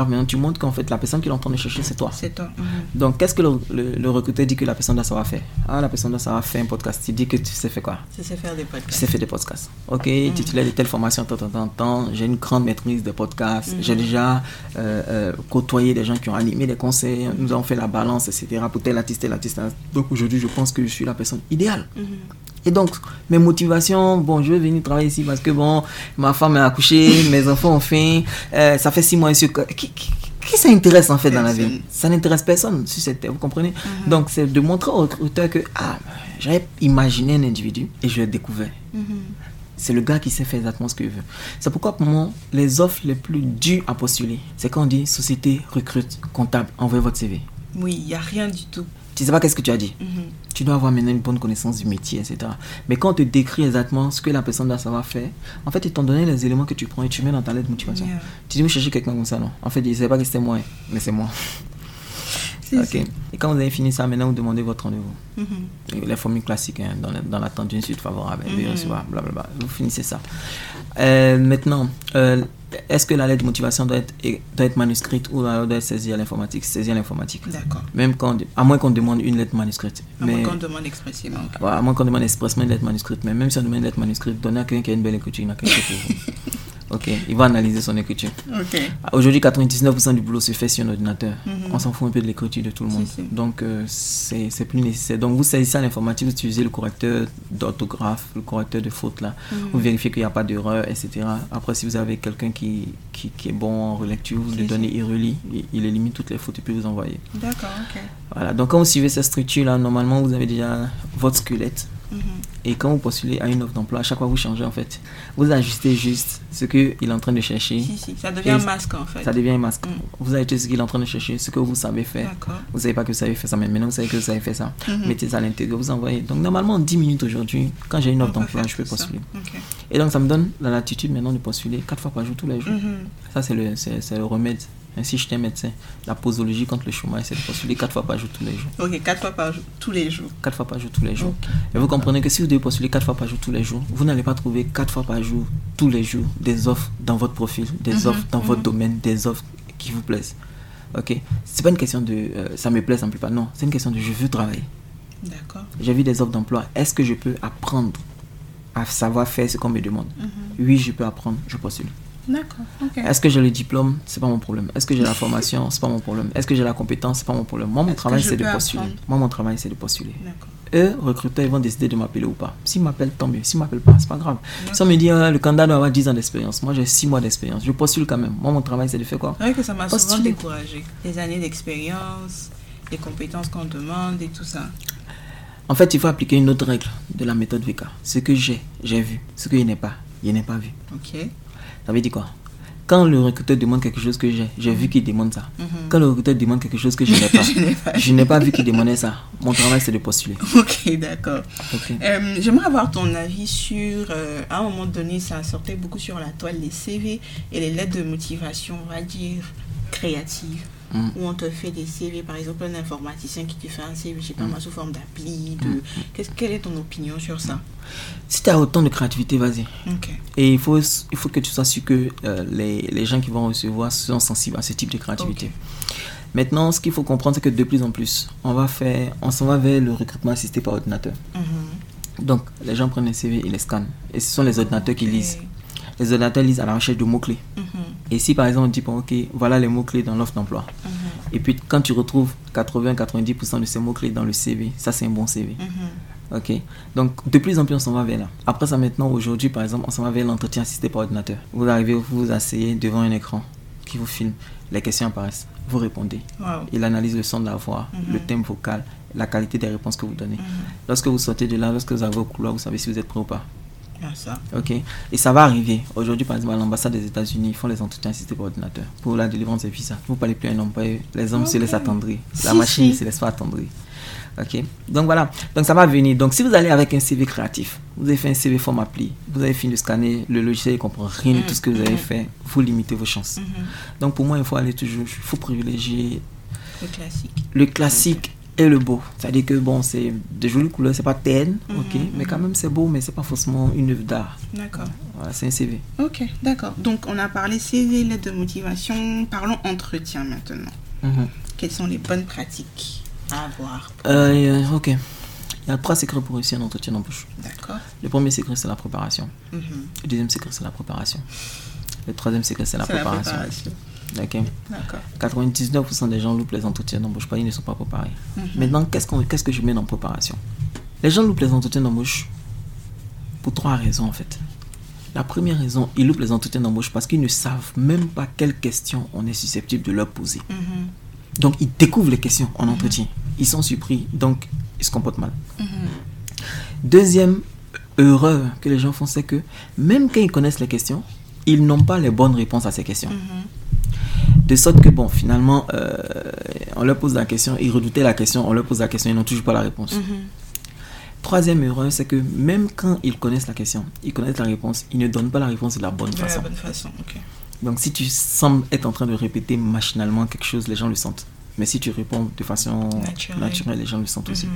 graphe, maintenant tu montres qu'en fait la personne qui est en train de chercher, c'est toi. C'est toi. Mm-hmm. Donc qu'est-ce que le, le, le recruteur dit que la personne doit savoir faire? Ah, la personne doit savoir faire un podcast. Il dit que tu sais faire quoi? Tu sais faire des podcasts. Tu sais faire des podcasts. Ok, mm-hmm. titulaire de telle formation, tant, tant, tant, tant. J'ai une grande maîtrise des podcasts. Mm-hmm. J'ai déjà euh, euh, côtoyé des gens qui ont animé des conseils. Mm-hmm. Nous avons fait la balance, et cetera. Pour tel artiste, tel artiste. Donc aujourd'hui, je pense que je suis la personne idéale. Mm-hmm. Et donc, mes motivations, bon, je vais venir travailler ici parce que, bon, ma femme est accouchée, mes enfants ont faim, euh, ça fait six mois ici. Qui, qui, qui ça intéresse en fait dans la vie? Ça n'intéresse personne sur cette terre, vous comprenez? Mm-hmm. Donc, c'est de montrer au recruteur que, ah, j'avais imaginé un individu et je l'ai découvert. Mm-hmm. C'est le gars qui sait faire exactement ce qu'il veut. C'est pourquoi, pour moi, les offres les plus dures à postuler, c'est quand on dit société, recrute, comptable, envoyez votre C V. Oui, il n'y a rien du tout. Tu sais pas qu'est-ce que tu as dit. Mm-hmm. Tu dois avoir maintenant une bonne connaissance du métier, et cetera. Mais quand on te décrit exactement ce que la personne doit savoir faire, en fait, ils t'ont donné les éléments que tu prends et tu mets dans ta lettre de motivation. Yeah. Tu dis, vous cherchez quelqu'un comme ça, non? En fait, ils ne savaient pas que c'était moi, mais c'est moi. C'est ok. Ça. Et quand vous avez fini ça, maintenant, vous demandez votre rendez-vous. Mm-hmm. Les formules classiques, hein, dans, dans l'attente d'une suite favorable, mm-hmm. blablabla. Vous finissez ça. Euh, maintenant, euh, est-ce que la lettre de motivation doit être, doit être manuscrite ou doit être saisie à l'informatique? Saisie à l'informatique. D'accord. Même quand, à moins qu'on demande une lettre manuscrite. À mais, moins qu'on demande expressément. Okay. Ouais, à moins qu'on demande expressément une lettre manuscrite. Mais même si on demande une lettre manuscrite, donnez à quelqu'un qui a une belle écriture, il n'a qu'à écrire pour vous. Ok, il va analyser son écriture. Okay. Aujourd'hui, quatre-vingt-dix-neuf pour cent du boulot se fait sur un ordinateur. Mm-hmm. On s'en fout un peu de l'écriture de tout le monde. Si, si. Donc, euh, c'est, c'est plus nécessaire. Donc, vous saisissez à l'informatique, vous utilisez le correcteur d'orthographe, le correcteur de faute là. Mm-hmm. Vous vérifiez qu'il n'y a pas d'erreur, et cetera. Après, si vous avez quelqu'un qui, qui, qui est bon en relecture, vous si, lui donnez, si. il relit, il, il élimine toutes les fautes et puis vous envoyez. D'accord, ok. Voilà, donc quand vous suivez cette structure là, normalement, vous avez déjà votre squelette. Mm-hmm. Et quand vous postulez à une offre d'emploi, à chaque fois vous changez en fait. Vous ajustez juste ce qu'il est en train de chercher. Si, si, ça devient un masque en fait. Ça devient un masque. Mm. Vous ajustez ce qu'il est en train de chercher, ce que vous savez faire. D'accord. Vous ne savez pas que vous savez faire ça, mais maintenant vous savez que vous savez faire ça. Mm-hmm. Mettez ça à l'intérieur, vous envoyez. Donc normalement en dix minutes aujourd'hui, quand j'ai une offre d'emploi, je peux postuler. Okay. Et donc ça me donne la latitude maintenant de postuler quatre fois par jour, tous les jours. Mm-hmm. Ça c'est le, c'est, c'est le remède. Ainsi, je t'ai médecin. La posologie contre le chômage, c'est de postuler quatre fois par jour tous les jours. Ok, quatre fois par jour, tous les jours. Quatre fois par jour, tous les jours. Okay. Et vous comprenez que si vous devez postuler quatre fois par jour, tous les jours, vous n'allez pas trouver quatre fois par jour, tous les jours, des offres dans votre profil, des mm-hmm, offres dans mm-hmm. votre domaine, des offres qui vous plaisent. Ok? C'est pas une question de euh, ça me plaît, ça me plaît pas. Non, c'est une question de je veux travailler. D'accord. J'ai vu des offres d'emploi. Est-ce que je peux apprendre à savoir faire ce qu'on me demande? Mm-hmm. Oui, je peux apprendre, je postule. D'accord, ok. Est-ce que j'ai le diplôme? C'est pas mon problème. Est-ce que j'ai la formation? C'est pas mon problème. Est-ce que j'ai la compétence? C'est pas mon problème. Moi, mon Est-ce travail, c'est de postuler. Apprendre? Moi, mon travail, c'est de postuler. D'accord. Eux, recruteurs, ils vont décider de m'appeler ou pas. S'ils m'appellent, tant mieux. S'ils m'appellent pas, c'est pas grave. D'accord. Si on me dit, euh, le candidat doit avoir dix ans d'expérience, moi, j'ai six mois d'expérience. Je postule quand même. Moi, mon travail, c'est de faire quoi? C'est vrai que ça m'a postuler. Souvent découragé. Les années d'expérience, les compétences qu'on demande et tout ça. En fait, il faut appliquer une autre règle de la méthode V K. Ce que j'ai, j'ai vu. Ce que je n'ai pas, je n'ai pas vu. Ok. Ça veut dire quoi? Quand le recruteur demande quelque chose que j'ai, j'ai vu qu'il demande ça. Mm-hmm. Quand le recruteur demande quelque chose que je n'ai pas, je, n'ai pas je n'ai pas vu qu'il demandait ça. Mon travail, c'est de postuler. Ok, d'accord. Okay. Euh, j'aimerais avoir ton avis sur... Euh, à un moment donné, ça sortait beaucoup sur la toile, les C V et les lettres de motivation, on va dire, créatives. Mm. Où on te fait des C V, par exemple, un informaticien qui te fait un C V, je sais pas moi, mm. sous forme d'appli. De... Mm. Qu'est-ce, quelle est ton opinion sur ça? Si tu as autant de créativité, vas-y. Okay. Et il faut, il faut que tu sois sûr que euh, les, les gens qui vont recevoir sont sensibles à ce type de créativité. Okay. Maintenant, ce qu'il faut comprendre, c'est que de plus en plus, on va faire, on s'en va vers le recrutement assisté par ordinateur. Mm-hmm. Donc, les gens prennent les C V, ils les scannent. Et ce sont les ordinateurs okay. qui lisent. Les ordinateurs lisent à la recherche de mots-clés. Mm-hmm. Et si par exemple on dit, bon, ok, voilà les mots-clés dans l'offre d'emploi. Mm-hmm. Et puis quand tu retrouves quatre-vingts à quatre-vingt-dix pour cent de ces mots-clés dans le C V, ça c'est un bon C V. Mm-hmm. Ok. Donc de plus en plus on s'en va vers là. Après ça maintenant, aujourd'hui par exemple, on s'en va vers l'entretien assisté par ordinateur. Vous arrivez, vous vous asseyez devant un écran qui vous filme. Les questions apparaissent. Vous répondez. Wow. Il analyse le son de la voix, mm-hmm. le thème vocal, la qualité des réponses que vous donnez. Mm-hmm. Lorsque vous sortez de là, lorsque vous arrivez au couloir, vous savez si vous êtes prêt ou pas. Ça. Ok, et ça va arriver. Aujourd'hui, par exemple, à l'ambassade des États-Unis, ils font les entretiens assistés par ordinateur pour la délivrance des visas. Vous ne parlez plus à un employé, les hommes okay. se laissent attendrir, la si, machine si. ne se laisse pas attendrir. Ok, donc voilà, donc ça va venir. Donc si vous allez avec un C V créatif, vous avez fait un C V forme appli, vous avez fini de scanner, le logiciel ne comprend rien de mmh. tout ce que vous avez mmh. fait, vous limitez vos chances. Mmh. Donc pour moi, il faut aller toujours, il faut privilégier le classique. Le classique. et le beau. C'est-à-dire que bon, c'est de jolies couleurs, c'est pas terne, Mhm, ok, mhm. mais quand même c'est beau, mais c'est pas forcément une œuvre d'art. D'accord. Voilà, c'est un C V. Ok, d'accord. Donc, on a parlé C V, lettre de motivation. Parlons entretien maintenant. Mhm. Quelles sont les bonnes pratiques à avoir? Euh, ok. Il y a trois secrets pour réussir un entretien d'embauche. D'accord. Le premier secret, c'est la préparation. Mhm. Le deuxième secret, c'est la préparation. Le troisième secret, c'est la C'est la préparation. préparation. Ok. D'accord. quatre-vingt-dix-neuf pour cent des gens loupent les entretiens d'embauche, pas ils ne sont pas préparés. Mhm. Maintenant, qu'est-ce, qu'on, qu'est-ce que je mets dans préparation? Les gens loupent les entretiens d'embauche pour trois raisons en fait. La première raison, ils loupent les entretiens d'embauche parce qu'ils ne savent même pas quelles questions on est susceptible de leur poser. Mhm. Donc, ils découvrent les questions en entretien. Ils sont surpris, donc ils se comportent mal. Mhm. Deuxième erreur que les gens font, c'est que même quand ils connaissent les questions, ils n'ont pas les bonnes réponses à ces questions. Mhm. De sorte que, bon, finalement, euh, on leur pose la question, ils redoutaient la question, on leur pose la question, ils n'ont toujours pas la réponse. Mhm. Troisième erreur, c'est que même quand ils connaissent la question, ils connaissent la réponse, ils ne donnent pas la réponse de la bonne De façon. la bonne façon, ok. Donc, si tu sembles être en train de répéter machinalement quelque chose, les gens le sentent. Mais si tu réponds de façon Naturelle. naturelle, les gens le sentent aussi. Mhm.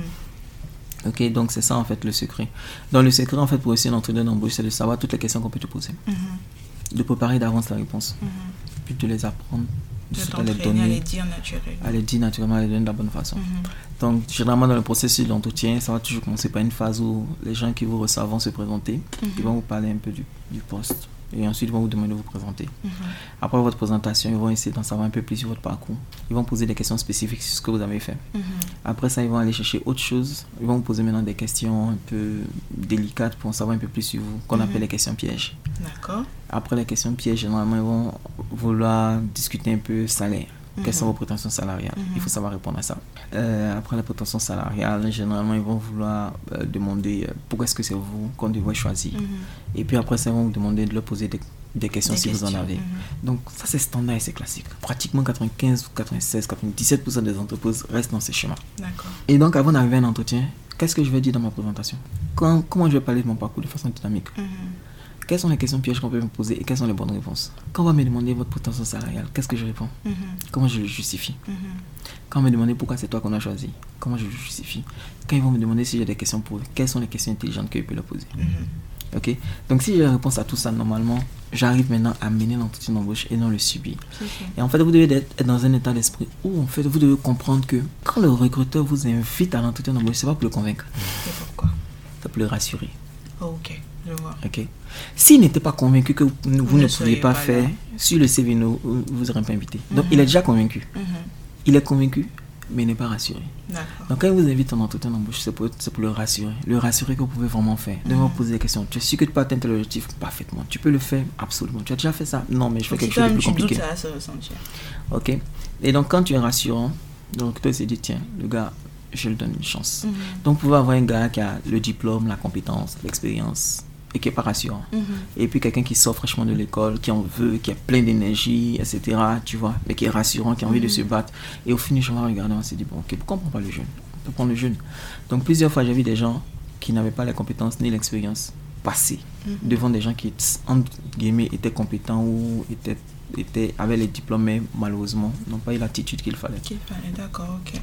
Ok, donc c'est ça en fait le secret. Donc le secret en fait pour réussir l'entretien d'embauche, c'est de savoir toutes les questions qu'on peut te poser. Mhm. De préparer d'avance la réponse. Mhm. Puis de les apprendre, de De suite à les t'entraîner à les donner, dire naturellement. à les dire naturellement, à les donner de la bonne façon. Mhm. Donc généralement dans le processus de l'entretien, ça va toujours commencer par une phase où les gens qui vous reçoivent vont se présenter. Mhm. Ils vont vous parler un peu du, du poste. Et ensuite, ils vont vous demander de vous présenter. Mhm. Après votre présentation, ils vont essayer d'en savoir un peu plus sur votre parcours. Ils vont poser des questions spécifiques sur ce que vous avez fait. Mhm. Après ça, ils vont aller chercher autre chose. Ils vont vous poser maintenant des questions un peu délicates pour en savoir un peu plus sur vous, qu'on Mhm. appelle les questions pièges. D'accord. Après les questions pièges, généralement, ils vont vouloir discuter un peu salaire. Quelles sont Mhm. vos prétentions salariales? Mhm. Il faut savoir répondre à ça. Euh, après la prétention salariale, généralement, ils vont vouloir euh, demander euh, pourquoi est-ce que c'est vous qu'on devrait choisir. Mhm. Et puis après ça, ils vont vous demander de leur poser des, des questions Des si vous en questions. avez. Mhm. Donc ça, c'est standard et c'est classique. Pratiquement quatre-vingt-quinze, quatre-vingt-seize, quatre-vingt-dix-sept pour cent des entreprises restent dans ces schémas. D'accord. Et donc, avant d'arriver à un entretien, qu'est-ce que je vais dire dans ma présentation? Quand, Comment je vais parler de mon parcours de façon dynamique? Mhm. Quelles sont les questions pièges qu'on peut me poser et quelles sont les bonnes réponses? Quand on va me demander votre prétention salariale, qu'est-ce que je réponds? Mhm. Comment je le justifie? Mhm. Quand on me demande pourquoi c'est toi qu'on a choisi, comment je le justifie? Quand ils vont me demander si j'ai des questions pour eux, quelles sont les questions intelligentes que je peux leur poser? Mhm. Ok? Donc, si j'ai la réponse à tout ça, normalement, j'arrive maintenant à mener l'entretien d'embauche et non le subir. C'est ça. Et en fait, vous devez être dans un état d'esprit où, en fait, vous devez comprendre que quand le recruteur vous invite à l'entretien d'embauche, c'est pas pour le convaincre, C'est pourquoi. c'est pour le rassurer. Oh, ok, je vois. Ok. S'il n'était pas convaincu que vous, vous Vous ne ne pouviez seriez pas pas faire, là. sur le C V, vous vous aurez pas invité. Donc, Mhm. il est déjà convaincu. Mhm. Il est convaincu, mais il n'est pas rassuré. D'accord. Donc, quand il vous invite en entretien d'embauche, c'est pour, c'est pour le rassurer. Le rassurer que vous pouvez vraiment faire. De Mhm. vous poser des questions. Tu es sûr que tu peux atteindre tel objectif? Parfaitement. Tu peux le faire? Absolument. Tu as déjà fait ça? Non, mais je fais Donc, quelque si chose de toi-même plus tu doutes, compliqué. ça va se ressentir. Ok. Et donc, quand tu es rassurant, le recruteur se dit, tiens, le gars, je lui donne une chance. Mhm. Donc, vous pouvez avoir un gars qui a le diplôme, la compétence, l'expérience, et qui n'est pas rassurant. Mhm. Et puis quelqu'un qui sort fraîchement de l'école, qui en veut, qui a plein d'énergie, et cetera. Tu vois, mais qui est rassurant, qui a envie de Mhm. se battre. Et au finish, on va regarder, on s'est dit, bon, ok, pourquoi on ne prend pas le jeune? On peut prendre le jeune. Donc, plusieurs fois, j'ai vu des gens qui n'avaient pas les compétences ni l'expérience passer Mhm. devant des gens qui, entre guillemets, étaient compétents ou étaient, étaient, avaient les diplômes, mais malheureusement, n'ont pas eu l'attitude qu'il fallait. Ok, fallait, d'accord, ok.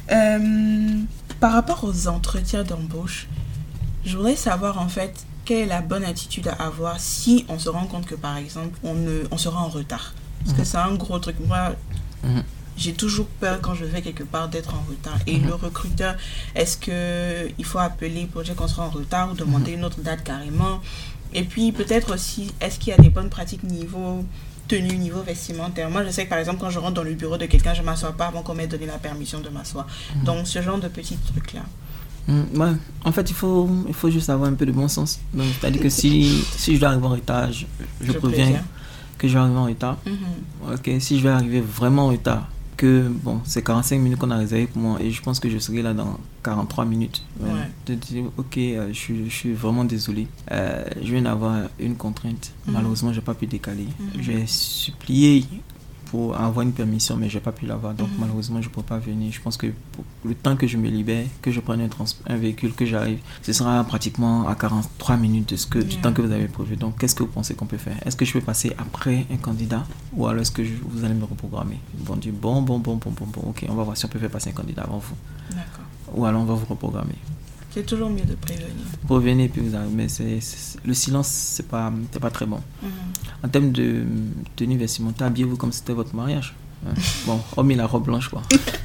Euh, par rapport aux entretiens d'embauche, je voudrais savoir en fait quelle est la bonne attitude à avoir si on se rend compte que par exemple on, ne, on sera en retard. Parce que c'est un gros truc. Moi, Mhm. j'ai toujours peur quand je vais quelque part d'être en retard. Et Mhm. le recruteur, est-ce qu'il faut appeler pour dire qu'on sera en retard ou demander une autre date carrément? Et puis peut-être aussi, est-ce qu'il y a des bonnes pratiques niveau tenue, niveau vestimentaire? Moi, je sais que par exemple, quand je rentre dans le bureau de quelqu'un, je ne m'assois pas avant qu'on m'ait donné la permission de m'asseoir. Donc, ce genre de petits trucs-là. Mm, ouais. En fait, il faut, il faut juste avoir un peu de bon sens. Donc, c'est-à-dire que si, si je dois arriver en retard, je, je, Je préviens préviens. que je vais arriver en retard. Mhm. Ok, si je vais arriver vraiment en retard, que bon, c'est quarante-cinq minutes qu'on a réservé pour moi et je pense que je serai là dans quarante-trois minutes. Ouais. Ouais. Je dis, ok, euh, je, suis, je suis vraiment désolé. Euh, je viens d'avoir une contrainte. Mhm. Malheureusement, je n'ai pas pu décaler. Mhm. Je vais supplier pour avoir une permission, mais je n'ai pas pu l'avoir. Donc, mm-hmm. malheureusement, je ne peux pas venir. Je pense que pour le temps que je me libère, que je prenne un, trans- un véhicule, que j'arrive, ce sera pratiquement à quarante-trois minutes de ce que, mm-hmm. du temps que vous avez prévu. Donc, qu'est-ce que vous pensez qu'on peut faire? Est-ce que je peux passer après un candidat ou alors est-ce que je, vous allez me reprogrammer? Ils vont dire bon, bon, bon, bon, bon, bon, ok, on va voir si on peut faire passer un candidat avant vous. D'accord. Ou alors on va vous reprogrammer. C'est toujours mieux de prévenir. Prévenir, puis vous avez, mais c'est, c'est, le silence, c'est pas, c'est pas très bon. Mm-hmm. En termes de tenue vestimentaire, habillez-vous comme si c'était votre mariage. Hein? Bon, hormis la robe blanche, quoi.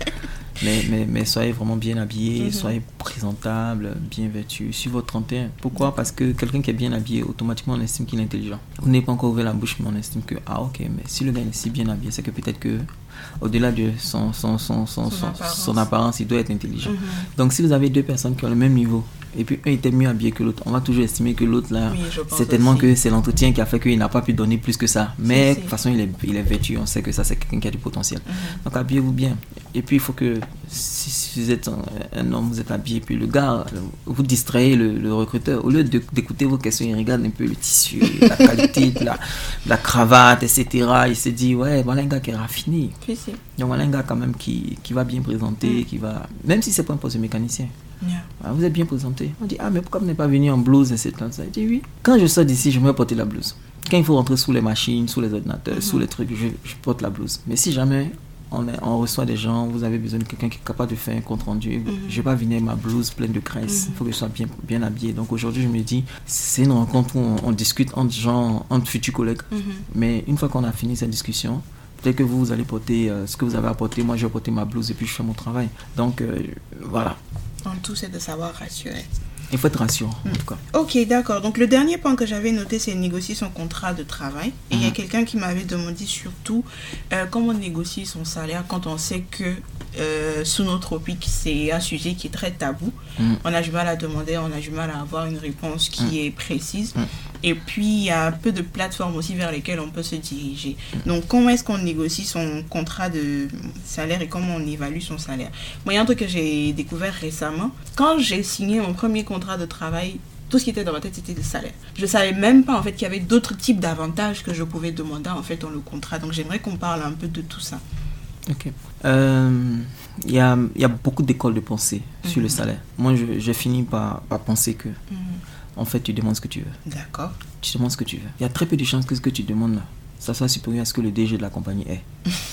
mais, mais, mais soyez vraiment bien habillé, mm-hmm. soyez présentable, bien vêtu. Suivez votre trente et un. Pourquoi? Parce que quelqu'un qui est bien habillé, automatiquement, on estime qu'il est intelligent. Vous n'avez pas encore ouvert la bouche, mais on estime que, ah ok, mais si le gars est si bien habillé, c'est que peut-être que au-delà de son, son, son, son, son, son, apparence. son apparence, il doit être intelligent. Mm-hmm. Donc, si vous avez deux personnes qui ont le même niveau, et puis un était mieux habillé que l'autre, on va toujours estimer que l'autre, là, oui, c'est tellement aussi. Que c'est l'entretien qui a fait qu'il n'a pas pu donner plus que ça. Mais de toute façon, il est, il est vêtu, on sait que ça, c'est quelqu'un qui a du potentiel. Mm-hmm. Donc, habillez-vous bien. Et puis, il faut que, si, si vous êtes un, un homme, vous êtes habillé, puis le gars, vous distrayez le, le recruteur. Au lieu de, d'écouter vos questions, il regarde un peu le tissu, la qualité de la, de la cravate, et cetera. Il se dit, ouais, voilà un gars qui est raffiné. Si, si. Donc, voilà un gars quand même qui, qui va bien présenter, mm. qui va, même si c'est pas un poste de mécanicien. Yeah. Ah, vous êtes bien présenté. On dit, ah, mais pourquoi vous n'êtes pas venu en blouse, et cetera. Il dit, oui. Quand je sors d'ici, je me porter la blouse. Quand il faut rentrer sous les machines, sous les ordinateurs, mm-hmm. sous les trucs, je, je porte la blouse. Mais si jamais on, est, on reçoit des gens, vous avez besoin de quelqu'un qui est capable de faire un compte rendu, mm-hmm. je ne vais pas venir avec ma blouse pleine de graisse. Il mm-hmm. faut que je sois bien, bien habillé. Donc aujourd'hui, je me dis, c'est une rencontre où on, on discute entre gens, entre futurs collègues. Mm-hmm. Mais une fois qu'on a fini cette discussion, peut-être que vous, vous allez porter euh, ce que vous avez apporté, moi je vais porter ma blouse et puis je fais mon travail. Donc euh, voilà. En tout, c'est de savoir rassurer. Il faut être rassurant, mmh. en tout cas. Ok, d'accord. Donc, le dernier point que j'avais noté, c'est négocier son contrat de travail. Et il mmh. y a quelqu'un qui m'avait demandé surtout euh, comment négocier son salaire quand on sait que euh, sous nos tropiques, c'est un sujet qui est très tabou. Mmh. On a du mal à demander, on a du mal à avoir une réponse qui mmh. est précise. Mmh. Et puis, il y a un peu de plateformes aussi vers lesquelles on peut se diriger. Mmh. Donc, comment est-ce qu'on négocie son contrat de salaire et comment on évalue son salaire? Moi, il y a un truc que j'ai découvert récemment. Quand j'ai signé mon premier contrat de travail, tout ce qui était dans ma tête, c'était le salaire. Je ne savais même pas, en fait, qu'il y avait d'autres types d'avantages que je pouvais demander, en fait, dans le contrat. Donc, j'aimerais qu'on parle un peu de tout ça. Ok. Euh, y a, y a beaucoup d'écoles de pensée mm-hmm. sur le salaire. Moi, je, j'ai fini par, par penser que, mm-hmm. en fait, tu demandes ce que tu veux. D'accord. Tu demandes ce que tu veux. Il y a très peu de chances que ce que tu demandes là, ça soit supérieur à ce que le D G de la compagnie est.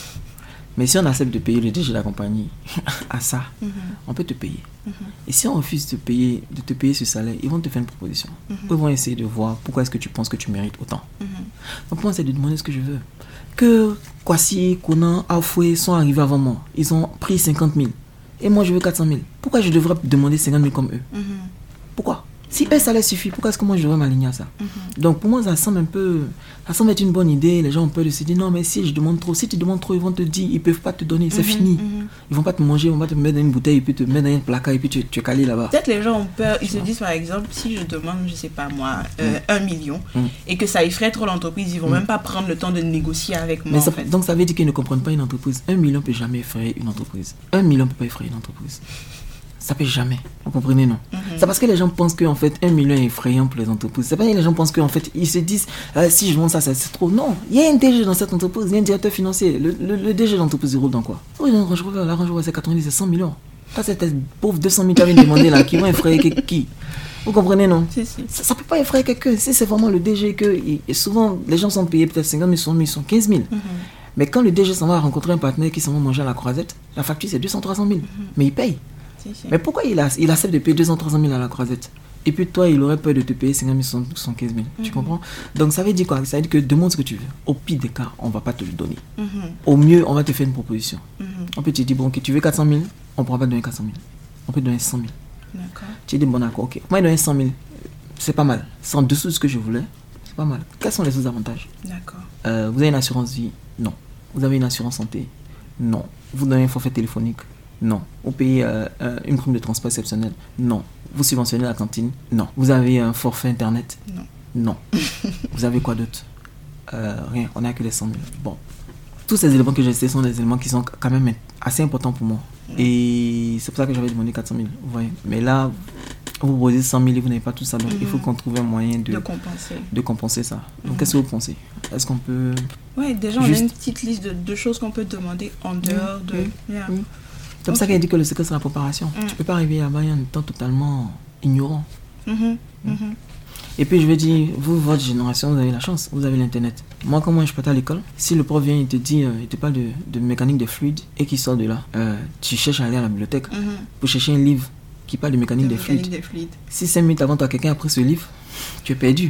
Mais si on accepte de payer le D G de la compagnie à ça, mm-hmm. on peut te payer. Mm-hmm. Et si on refuse de, payer, de te payer ce salaire, ils vont te faire une proposition. Mm-hmm. Ils vont essayer de voir pourquoi est-ce que tu penses que tu mérites autant. Mm-hmm. Donc pour moi, c'est de demander ce que je veux. Que Kwasi, Konan, Afoué sont arrivés avant moi. Ils ont pris cinquante mille. Et moi, je veux quatre cent mille. Pourquoi je devrais demander cinquante mille comme eux? Mm-hmm. Pourquoi? Si eux, ça leur suffit, pourquoi est-ce que moi je devrais m'aligner à ça? Mm-hmm. Donc pour moi, ça semble un peu... Ça semble être une bonne idée. Les gens ont peur de se dire, non, mais si je demande trop, si tu demandes trop, ils vont te dire, ils ne peuvent pas te donner, c'est mm-hmm, fini. Mm-hmm. Ils ne vont pas te manger, ils vont pas te mettre dans une bouteille, et puis te mettre dans un placard, et puis tu, tu es calé là-bas. Peut-être les gens ont peur, ils se disent par exemple, si je demande, je ne sais pas moi, euh, un mm. million, mm. et que ça effraie trop l'entreprise, ils ne vont mm. même pas prendre le temps de négocier avec moi. Mais ça, en fait. Donc ça veut dire qu'ils ne comprennent pas une entreprise. Un million ne peut jamais effrayer une entreprise. Un million ne peut pas effrayer une entreprise. Ça peut jamais. Vous comprenez, non? Mm-hmm. C'est parce que les gens pensent qu'en fait, un million est effrayant pour les entreprises. C'est pas que les gens pensent qu'en fait, ils se disent, euh, si je vends ça, ça, c'est trop. Non, il y a un D G dans cette entreprise, il y a un directeur financier. Le, le, le D G de l'entreprise, il roule dans quoi? Oui, la Range Rover, la Range Rover, c'est quatre-vingt-dix, c'est cent millions. Ça, c'est tes pauvres deux cent mille qui avaient demandé là, qui vont effrayer qui? Vous comprenez, non? Si, si. Ça ne peut pas effrayer quelqu'un. Si c'est vraiment le D G que. Et souvent, les gens sont payés peut-être cinquante mille, soixante mille, quinze mille. Mm-hmm. Mais quand le D G s'en va rencontrer un partenaire qui s'en va manger à la croisette, la facture, c'est deux cents, trois cent mille. Mm-hmm. Mais il paye. Mais pourquoi il, a, il accepte de payer deux cents, trois cent mille à la croisette? Et puis toi, il aurait peur de te payer cinquante mille, soixante-quinze mille. Mm-hmm. Tu comprends? Donc ça veut dire quoi? Ça veut dire que demande ce que tu veux. Au pire des cas, on ne va pas te le donner. Mm-hmm. Au mieux, on va te faire une proposition. Mm-hmm. On peut te dire, bon, ok, tu veux quatre cent mille, on ne pourra pas te donner quatre cent mille. On peut te donner cent mille. D'accord. Tu dis, bon, d'accord, ok. Moi, il donner cent mille, c'est pas mal. C'est en dessous de ce que je voulais. C'est pas mal. Quels sont les autres avantages? D'accord. Euh, vous avez une assurance vie? Non. Vous avez une assurance santé? Non. Vous donnez un forfait téléphonique? Non. Vous payez euh, euh, une prime de transport exceptionnelle? Non. Vous subventionnez la cantine? Non. Vous avez un forfait internet? Non. Non. Vous avez quoi d'autre? euh, Rien. On n'a que les cent mille. Bon. Tous ces éléments que j'ai cités sont des éléments qui sont quand même assez importants pour moi. Et c'est pour ça que j'avais demandé quatre cent mille. Vous voyez. Mais là, vous proposez cent mille et vous n'avez pas tout ça. Donc, mm-hmm. il faut qu'on trouve un moyen de, de compenser. De compenser ça. Donc, mm-hmm. qu'est-ce que vous pensez? Est-ce qu'on peut... Oui, déjà, juste... on a une petite liste de, de choses qu'on peut demander en dehors mm-hmm. de... Yeah. Mm-hmm. C'est pour okay. ça qu'elle dit que le secret, c'est la préparation. Mm-hmm. Tu ne peux pas arriver là-bas en étant totalement ignorant. Mm-hmm. Mm-hmm. Et puis, je vais dire, vous, votre génération, vous avez la chance. Vous avez l'Internet. Moi, quand moi, je partais à l'école, si le prof vient, il te dit, euh, il te parle de, de mécanique des fluides et qu'il sort de là, euh, tu cherches à aller à la bibliothèque mm-hmm. pour chercher un livre qui parle de mécanique, de des, mécanique fluides. des fluides. Si cinq minutes avant toi, quelqu'un a pris ce livre, tu es perdu.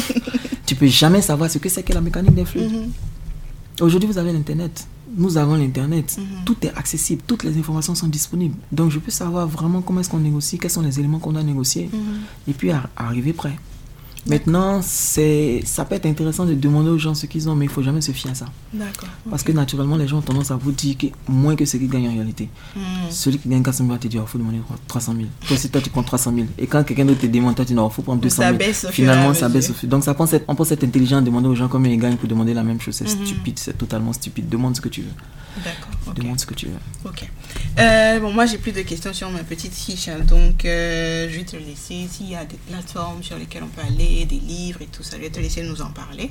Tu peux jamais savoir ce que c'est que la mécanique des fluides. Mm-hmm. Aujourd'hui, vous avez l'Internet. Nous avons l'Internet. Mm-hmm. Tout est accessible. Toutes les informations sont disponibles. Donc, je peux savoir vraiment comment est-ce qu'on négocie, quels sont les éléments qu'on doit négocier. Mm-hmm. Et puis, à, arriver prêt. Maintenant, c'est, ça peut être intéressant de demander aux gens ce qu'ils ont, mais il ne faut jamais se fier à ça. D'accord. Parce okay. que naturellement, les gens ont tendance à vous dire que moins que ce qu'ils gagnent en réalité. Mm. Celui qui gagne quatre cent mille va te dire, il faut demander trois cent mille. Toi, si toi, tu prends trois cent mille. Et quand quelqu'un d'autre te demande, toi, tu dis, non, il faut prendre deux cent mille. Finalement, ça baisse au fur. Donc, ça pense être, on pense être intelligent de demander aux gens combien ils gagnent pour demander la même chose. C'est mm-hmm. stupide, c'est totalement stupide. Demande ce que tu veux. D'accord. Okay. Demande ce que tu veux. Ok. Euh, bon, moi, j'ai plus de questions sur ma petite fiche. Hein, donc, euh, je vais te laisser. S'il y a des plateformes sur lesquelles on peut aller, des livres et tout ça, je vais te laisser nous en parler.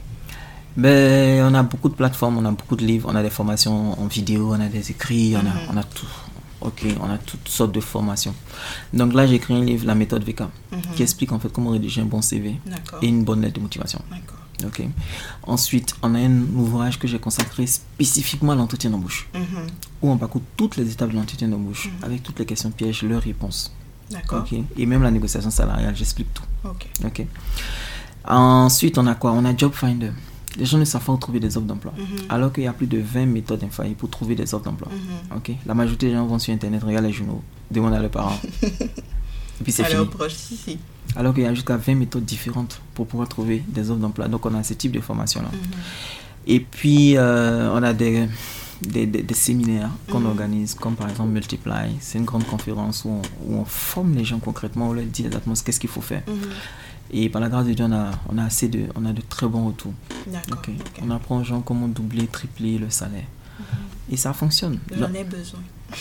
Ben, on a beaucoup de plateformes, on a beaucoup de livres, on a des formations en vidéo, on a des écrits, on, mm-hmm. a, on a tout. Ok, on a toutes sortes de formations. Donc là, j'ai écrit un livre, La méthode V K, mm-hmm. qui explique en fait comment rédiger un bon C V D'accord. et une bonne lettre de motivation. D'accord. Ok. Ensuite, on a un ouvrage que j'ai consacré spécifiquement à l'entretien d'embauche, mm-hmm. où on parcourt toutes les étapes de l'entretien d'embauche, mm-hmm. avec toutes les questions pièges, leurs réponses. D'accord. Ok. Et même la négociation salariale, j'explique tout. Ok. Ok. Ensuite, on a quoi? On a Job Finder. Les gens ne savent pas où trouver des offres d'emploi. Mm-hmm. Alors qu'il y a plus de vingt méthodes infaillibles pour trouver des offres d'emploi. Mm-hmm. Okay? La majorité des gens vont sur Internet, regardent les journaux, demandent à leurs parents. Et puis c'est fini. Proche, si, si. Alors qu'il y a jusqu'à vingt méthodes différentes pour pouvoir trouver des offres d'emploi. Donc on a ce type de formation-là. Mm-hmm. Et puis euh, on a des, des, des, des séminaires qu'on mm-hmm. organise, comme par exemple Multiply. C'est une grande conférence où on, où on forme les gens concrètement, on leur dit exactement qu'est-ce qu'il faut faire. Mm-hmm. Et par la grâce de Dieu, on a, on a assez de, on a de très bons retours. D'accord. Okay. Okay. On apprend aux gens comment doubler, tripler le salaire. Mm-hmm. Et ça fonctionne. J'en ai besoin.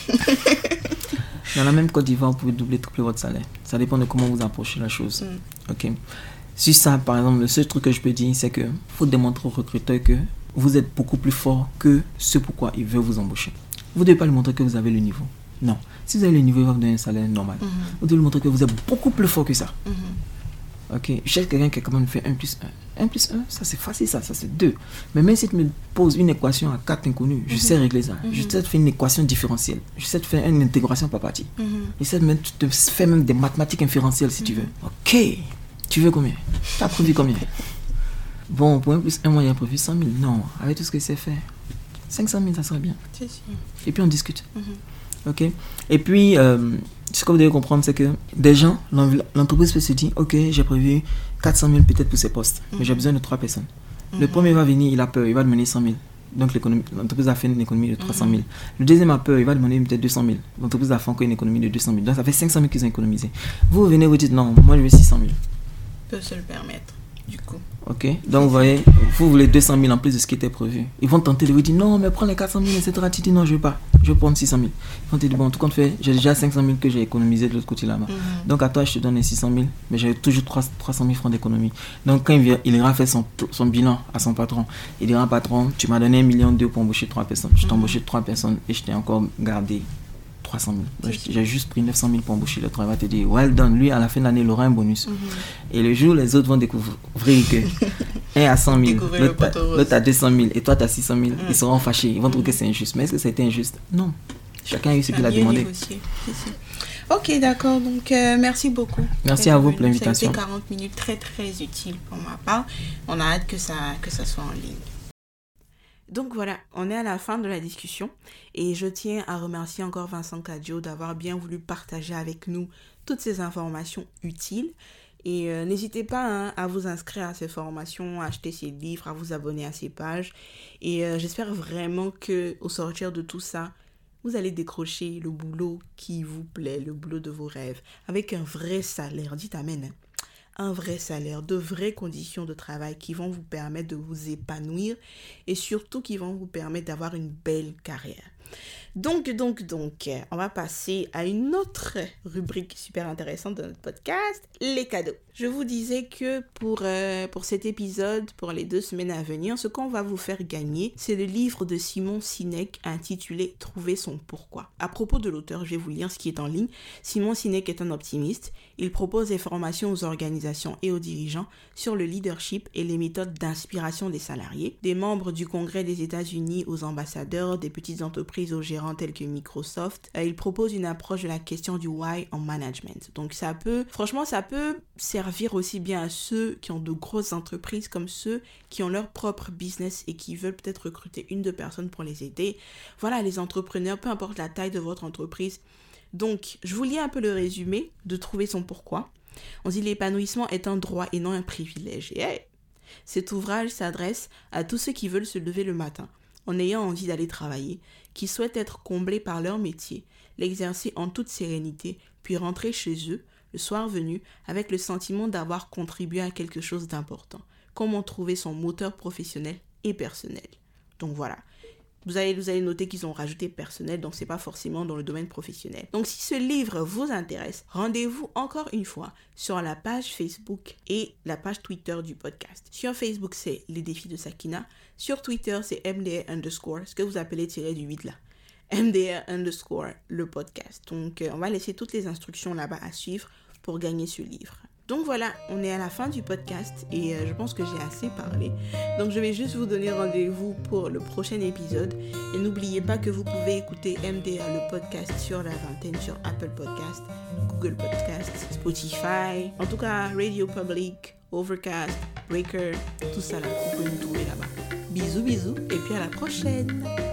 Dans la même Côte d'Ivoire, vous pouvez doubler, tripler votre salaire. Ça dépend de comment vous approchez la chose. Mm. Ok. Si ça, par exemple, le seul truc que je peux dire, c'est que faut démontrer aux recruteurs que vous êtes beaucoup plus fort que ce pourquoi ils veulent vous embaucher. Vous ne devez pas lui montrer que vous avez le niveau. Non. Si vous avez le niveau, il va vous donner un salaire normal. Mm-hmm. Vous devez lui montrer que vous êtes beaucoup plus fort que ça. Mm-hmm. Ok, je cherche quelqu'un qui a quand même fait un plus un. un plus un, ça c'est facile, ça, ça c'est deux. Mais même si tu me poses une équation à quatre inconnus, je mm-hmm. sais régler ça. Mm-hmm. Je sais te faire une équation différentielle. Je sais te faire une intégration par partie. Mm-hmm. Je sais même te faire même des mathématiques inférentielles si mm-hmm. tu veux. Ok, tu veux combien? Tu as prévu combien? Bon, pour un plus un mois, il y a prévu cent mille. Non, avec tout ce que c'est fait, cinq cent mille, ça serait bien. C'est sûr. Et puis on discute. Mm-hmm. Ok. Et puis, euh, ce que vous devez comprendre, c'est que des gens, l'entreprise peut se dire, ok, j'ai prévu quatre cent mille peut-être pour ces postes, mm-hmm. mais j'ai besoin de trois personnes. Mm-hmm. Le premier va venir, il a peur, il va demander cent mille. Donc l'entreprise a fait une économie de trois cent mille. Mm-hmm. Le deuxième a peur, il va demander peut-être deux cent mille. L'entreprise a fait encore une économie de deux cent mille. Donc ça fait cinq cent mille qu'ils ont économisé. Vous, vous venez, vous dites, non, moi je veux six cent mille. Peut se le permettre, du coup. Ok, donc vous voyez, vous voulez deux cent mille en plus de ce qui était prévu. Ils vont tenter de vous dire non, mais prends les quatre cent mille, et cetera. Tu dis non, je ne veux pas, je veux prendre six cent mille. Ils vont te dire bon, tout compte fait, j'ai déjà cinq cent mille que j'ai économisé de l'autre côté là-bas. Mm-hmm. Donc à toi, je te donne les six cent mille, mais j'ai toujours trois cent mille francs d'économie. Donc quand il, vient, il ira faire son, son bilan à son patron, il dira patron, tu m'as donné un million deux pour embaucher trois personnes. Je t'ai mm-hmm. embauché trois personnes et je t'ai encore gardé trois cent mille. Donc, j'ai juste pris neuf cent mille pour embaucher le trois. Il va te dire well done. Lui, à la fin de l'année, il aura un bonus. Mm-hmm. Et le jour, les autres vont découvrir que un à cent mille, l'autre à deux cent mille et toi, tu as six cent mille. Mm. Ils seront fâchés. Ils vont mm. trouver que c'est injuste. Mais est-ce que ça a été injuste? Non. Chacun a eu ce qu'il a demandé. Négocier. Ok, d'accord. Donc, euh, merci beaucoup. Merci à vous pour l'invitation. Ça a été quarante minutes très, très utiles pour ma part. On a hâte que ça, que ça soit en ligne. Donc voilà, on est à la fin de la discussion et je tiens à remercier encore Vincent Cadio d'avoir bien voulu partager avec nous toutes ces informations utiles. Et euh, n'hésitez pas hein, à vous inscrire à ces formations, à acheter ces livres, à vous abonner à ces pages. Et euh, j'espère vraiment qu'au sortir de tout ça, vous allez décrocher le boulot qui vous plaît, le boulot de vos rêves, avec un vrai salaire. Dites amen. Hein. Un vrai salaire, de vraies conditions de travail qui vont vous permettre de vous épanouir et surtout qui vont vous permettre d'avoir une belle carrière. Donc, donc, donc, on va passer à une autre rubrique super intéressante de notre podcast, les cadeaux. Je vous disais que pour, euh, pour cet épisode, pour les deux semaines à venir, ce qu'on va vous faire gagner, c'est le livre de Simon Sinek intitulé « Trouver son pourquoi ». À propos de l'auteur, je vais vous lire ce qui est en ligne. Simon Sinek est un optimiste. Il propose des formations aux organisations et aux dirigeants sur le leadership et les méthodes d'inspiration des salariés, des membres du Congrès des États-Unis aux ambassadeurs, des petites entreprises aux gérants tels que Microsoft. Euh, il propose une approche de la question du why en management. Donc ça peut, franchement, ça peut servir aussi bien à ceux qui ont de grosses entreprises comme ceux qui ont leur propre business et qui veulent peut-être recruter une, deux personnes pour les aider. Voilà, les entrepreneurs, peu importe la taille de votre entreprise. Donc, je vous lis un peu le résumé de Trouver son pourquoi. On dit l'épanouissement est un droit et non un privilège. Et hey, cet ouvrage s'adresse à tous ceux qui veulent se lever le matin en ayant envie d'aller travailler, qui souhaitent être comblés par leur métier, l'exercer en toute sérénité, puis rentrer chez eux, le soir venu, avec le sentiment d'avoir contribué à quelque chose d'important. Comment trouver son moteur professionnel et personnel. Donc voilà. Vous allez, vous allez noter qu'ils ont rajouté personnel, donc c'est pas forcément dans le domaine professionnel. Donc si ce livre vous intéresse, rendez-vous encore une fois sur la page Facebook et la page Twitter du podcast. Sur Facebook, c'est Les Défis de Sakina. Sur Twitter, c'est M D R underscore, ce que vous appelez tiré du huit là. M D R underscore, le podcast. Donc euh, on va laisser toutes les instructions là-bas à suivre pour gagner ce livre. Donc voilà, on est à la fin du podcast et euh, je pense que j'ai assez parlé. Donc je vais juste vous donner rendez-vous pour le prochain épisode. Et n'oubliez pas que vous pouvez écouter M D R, le podcast sur la vingtaine, sur Apple Podcast, Google Podcast, Spotify, en tout cas Radio Public, Overcast, Breaker, tout ça là, vous pouvez nous trouver là-bas. Bisous bisous et puis à la prochaine.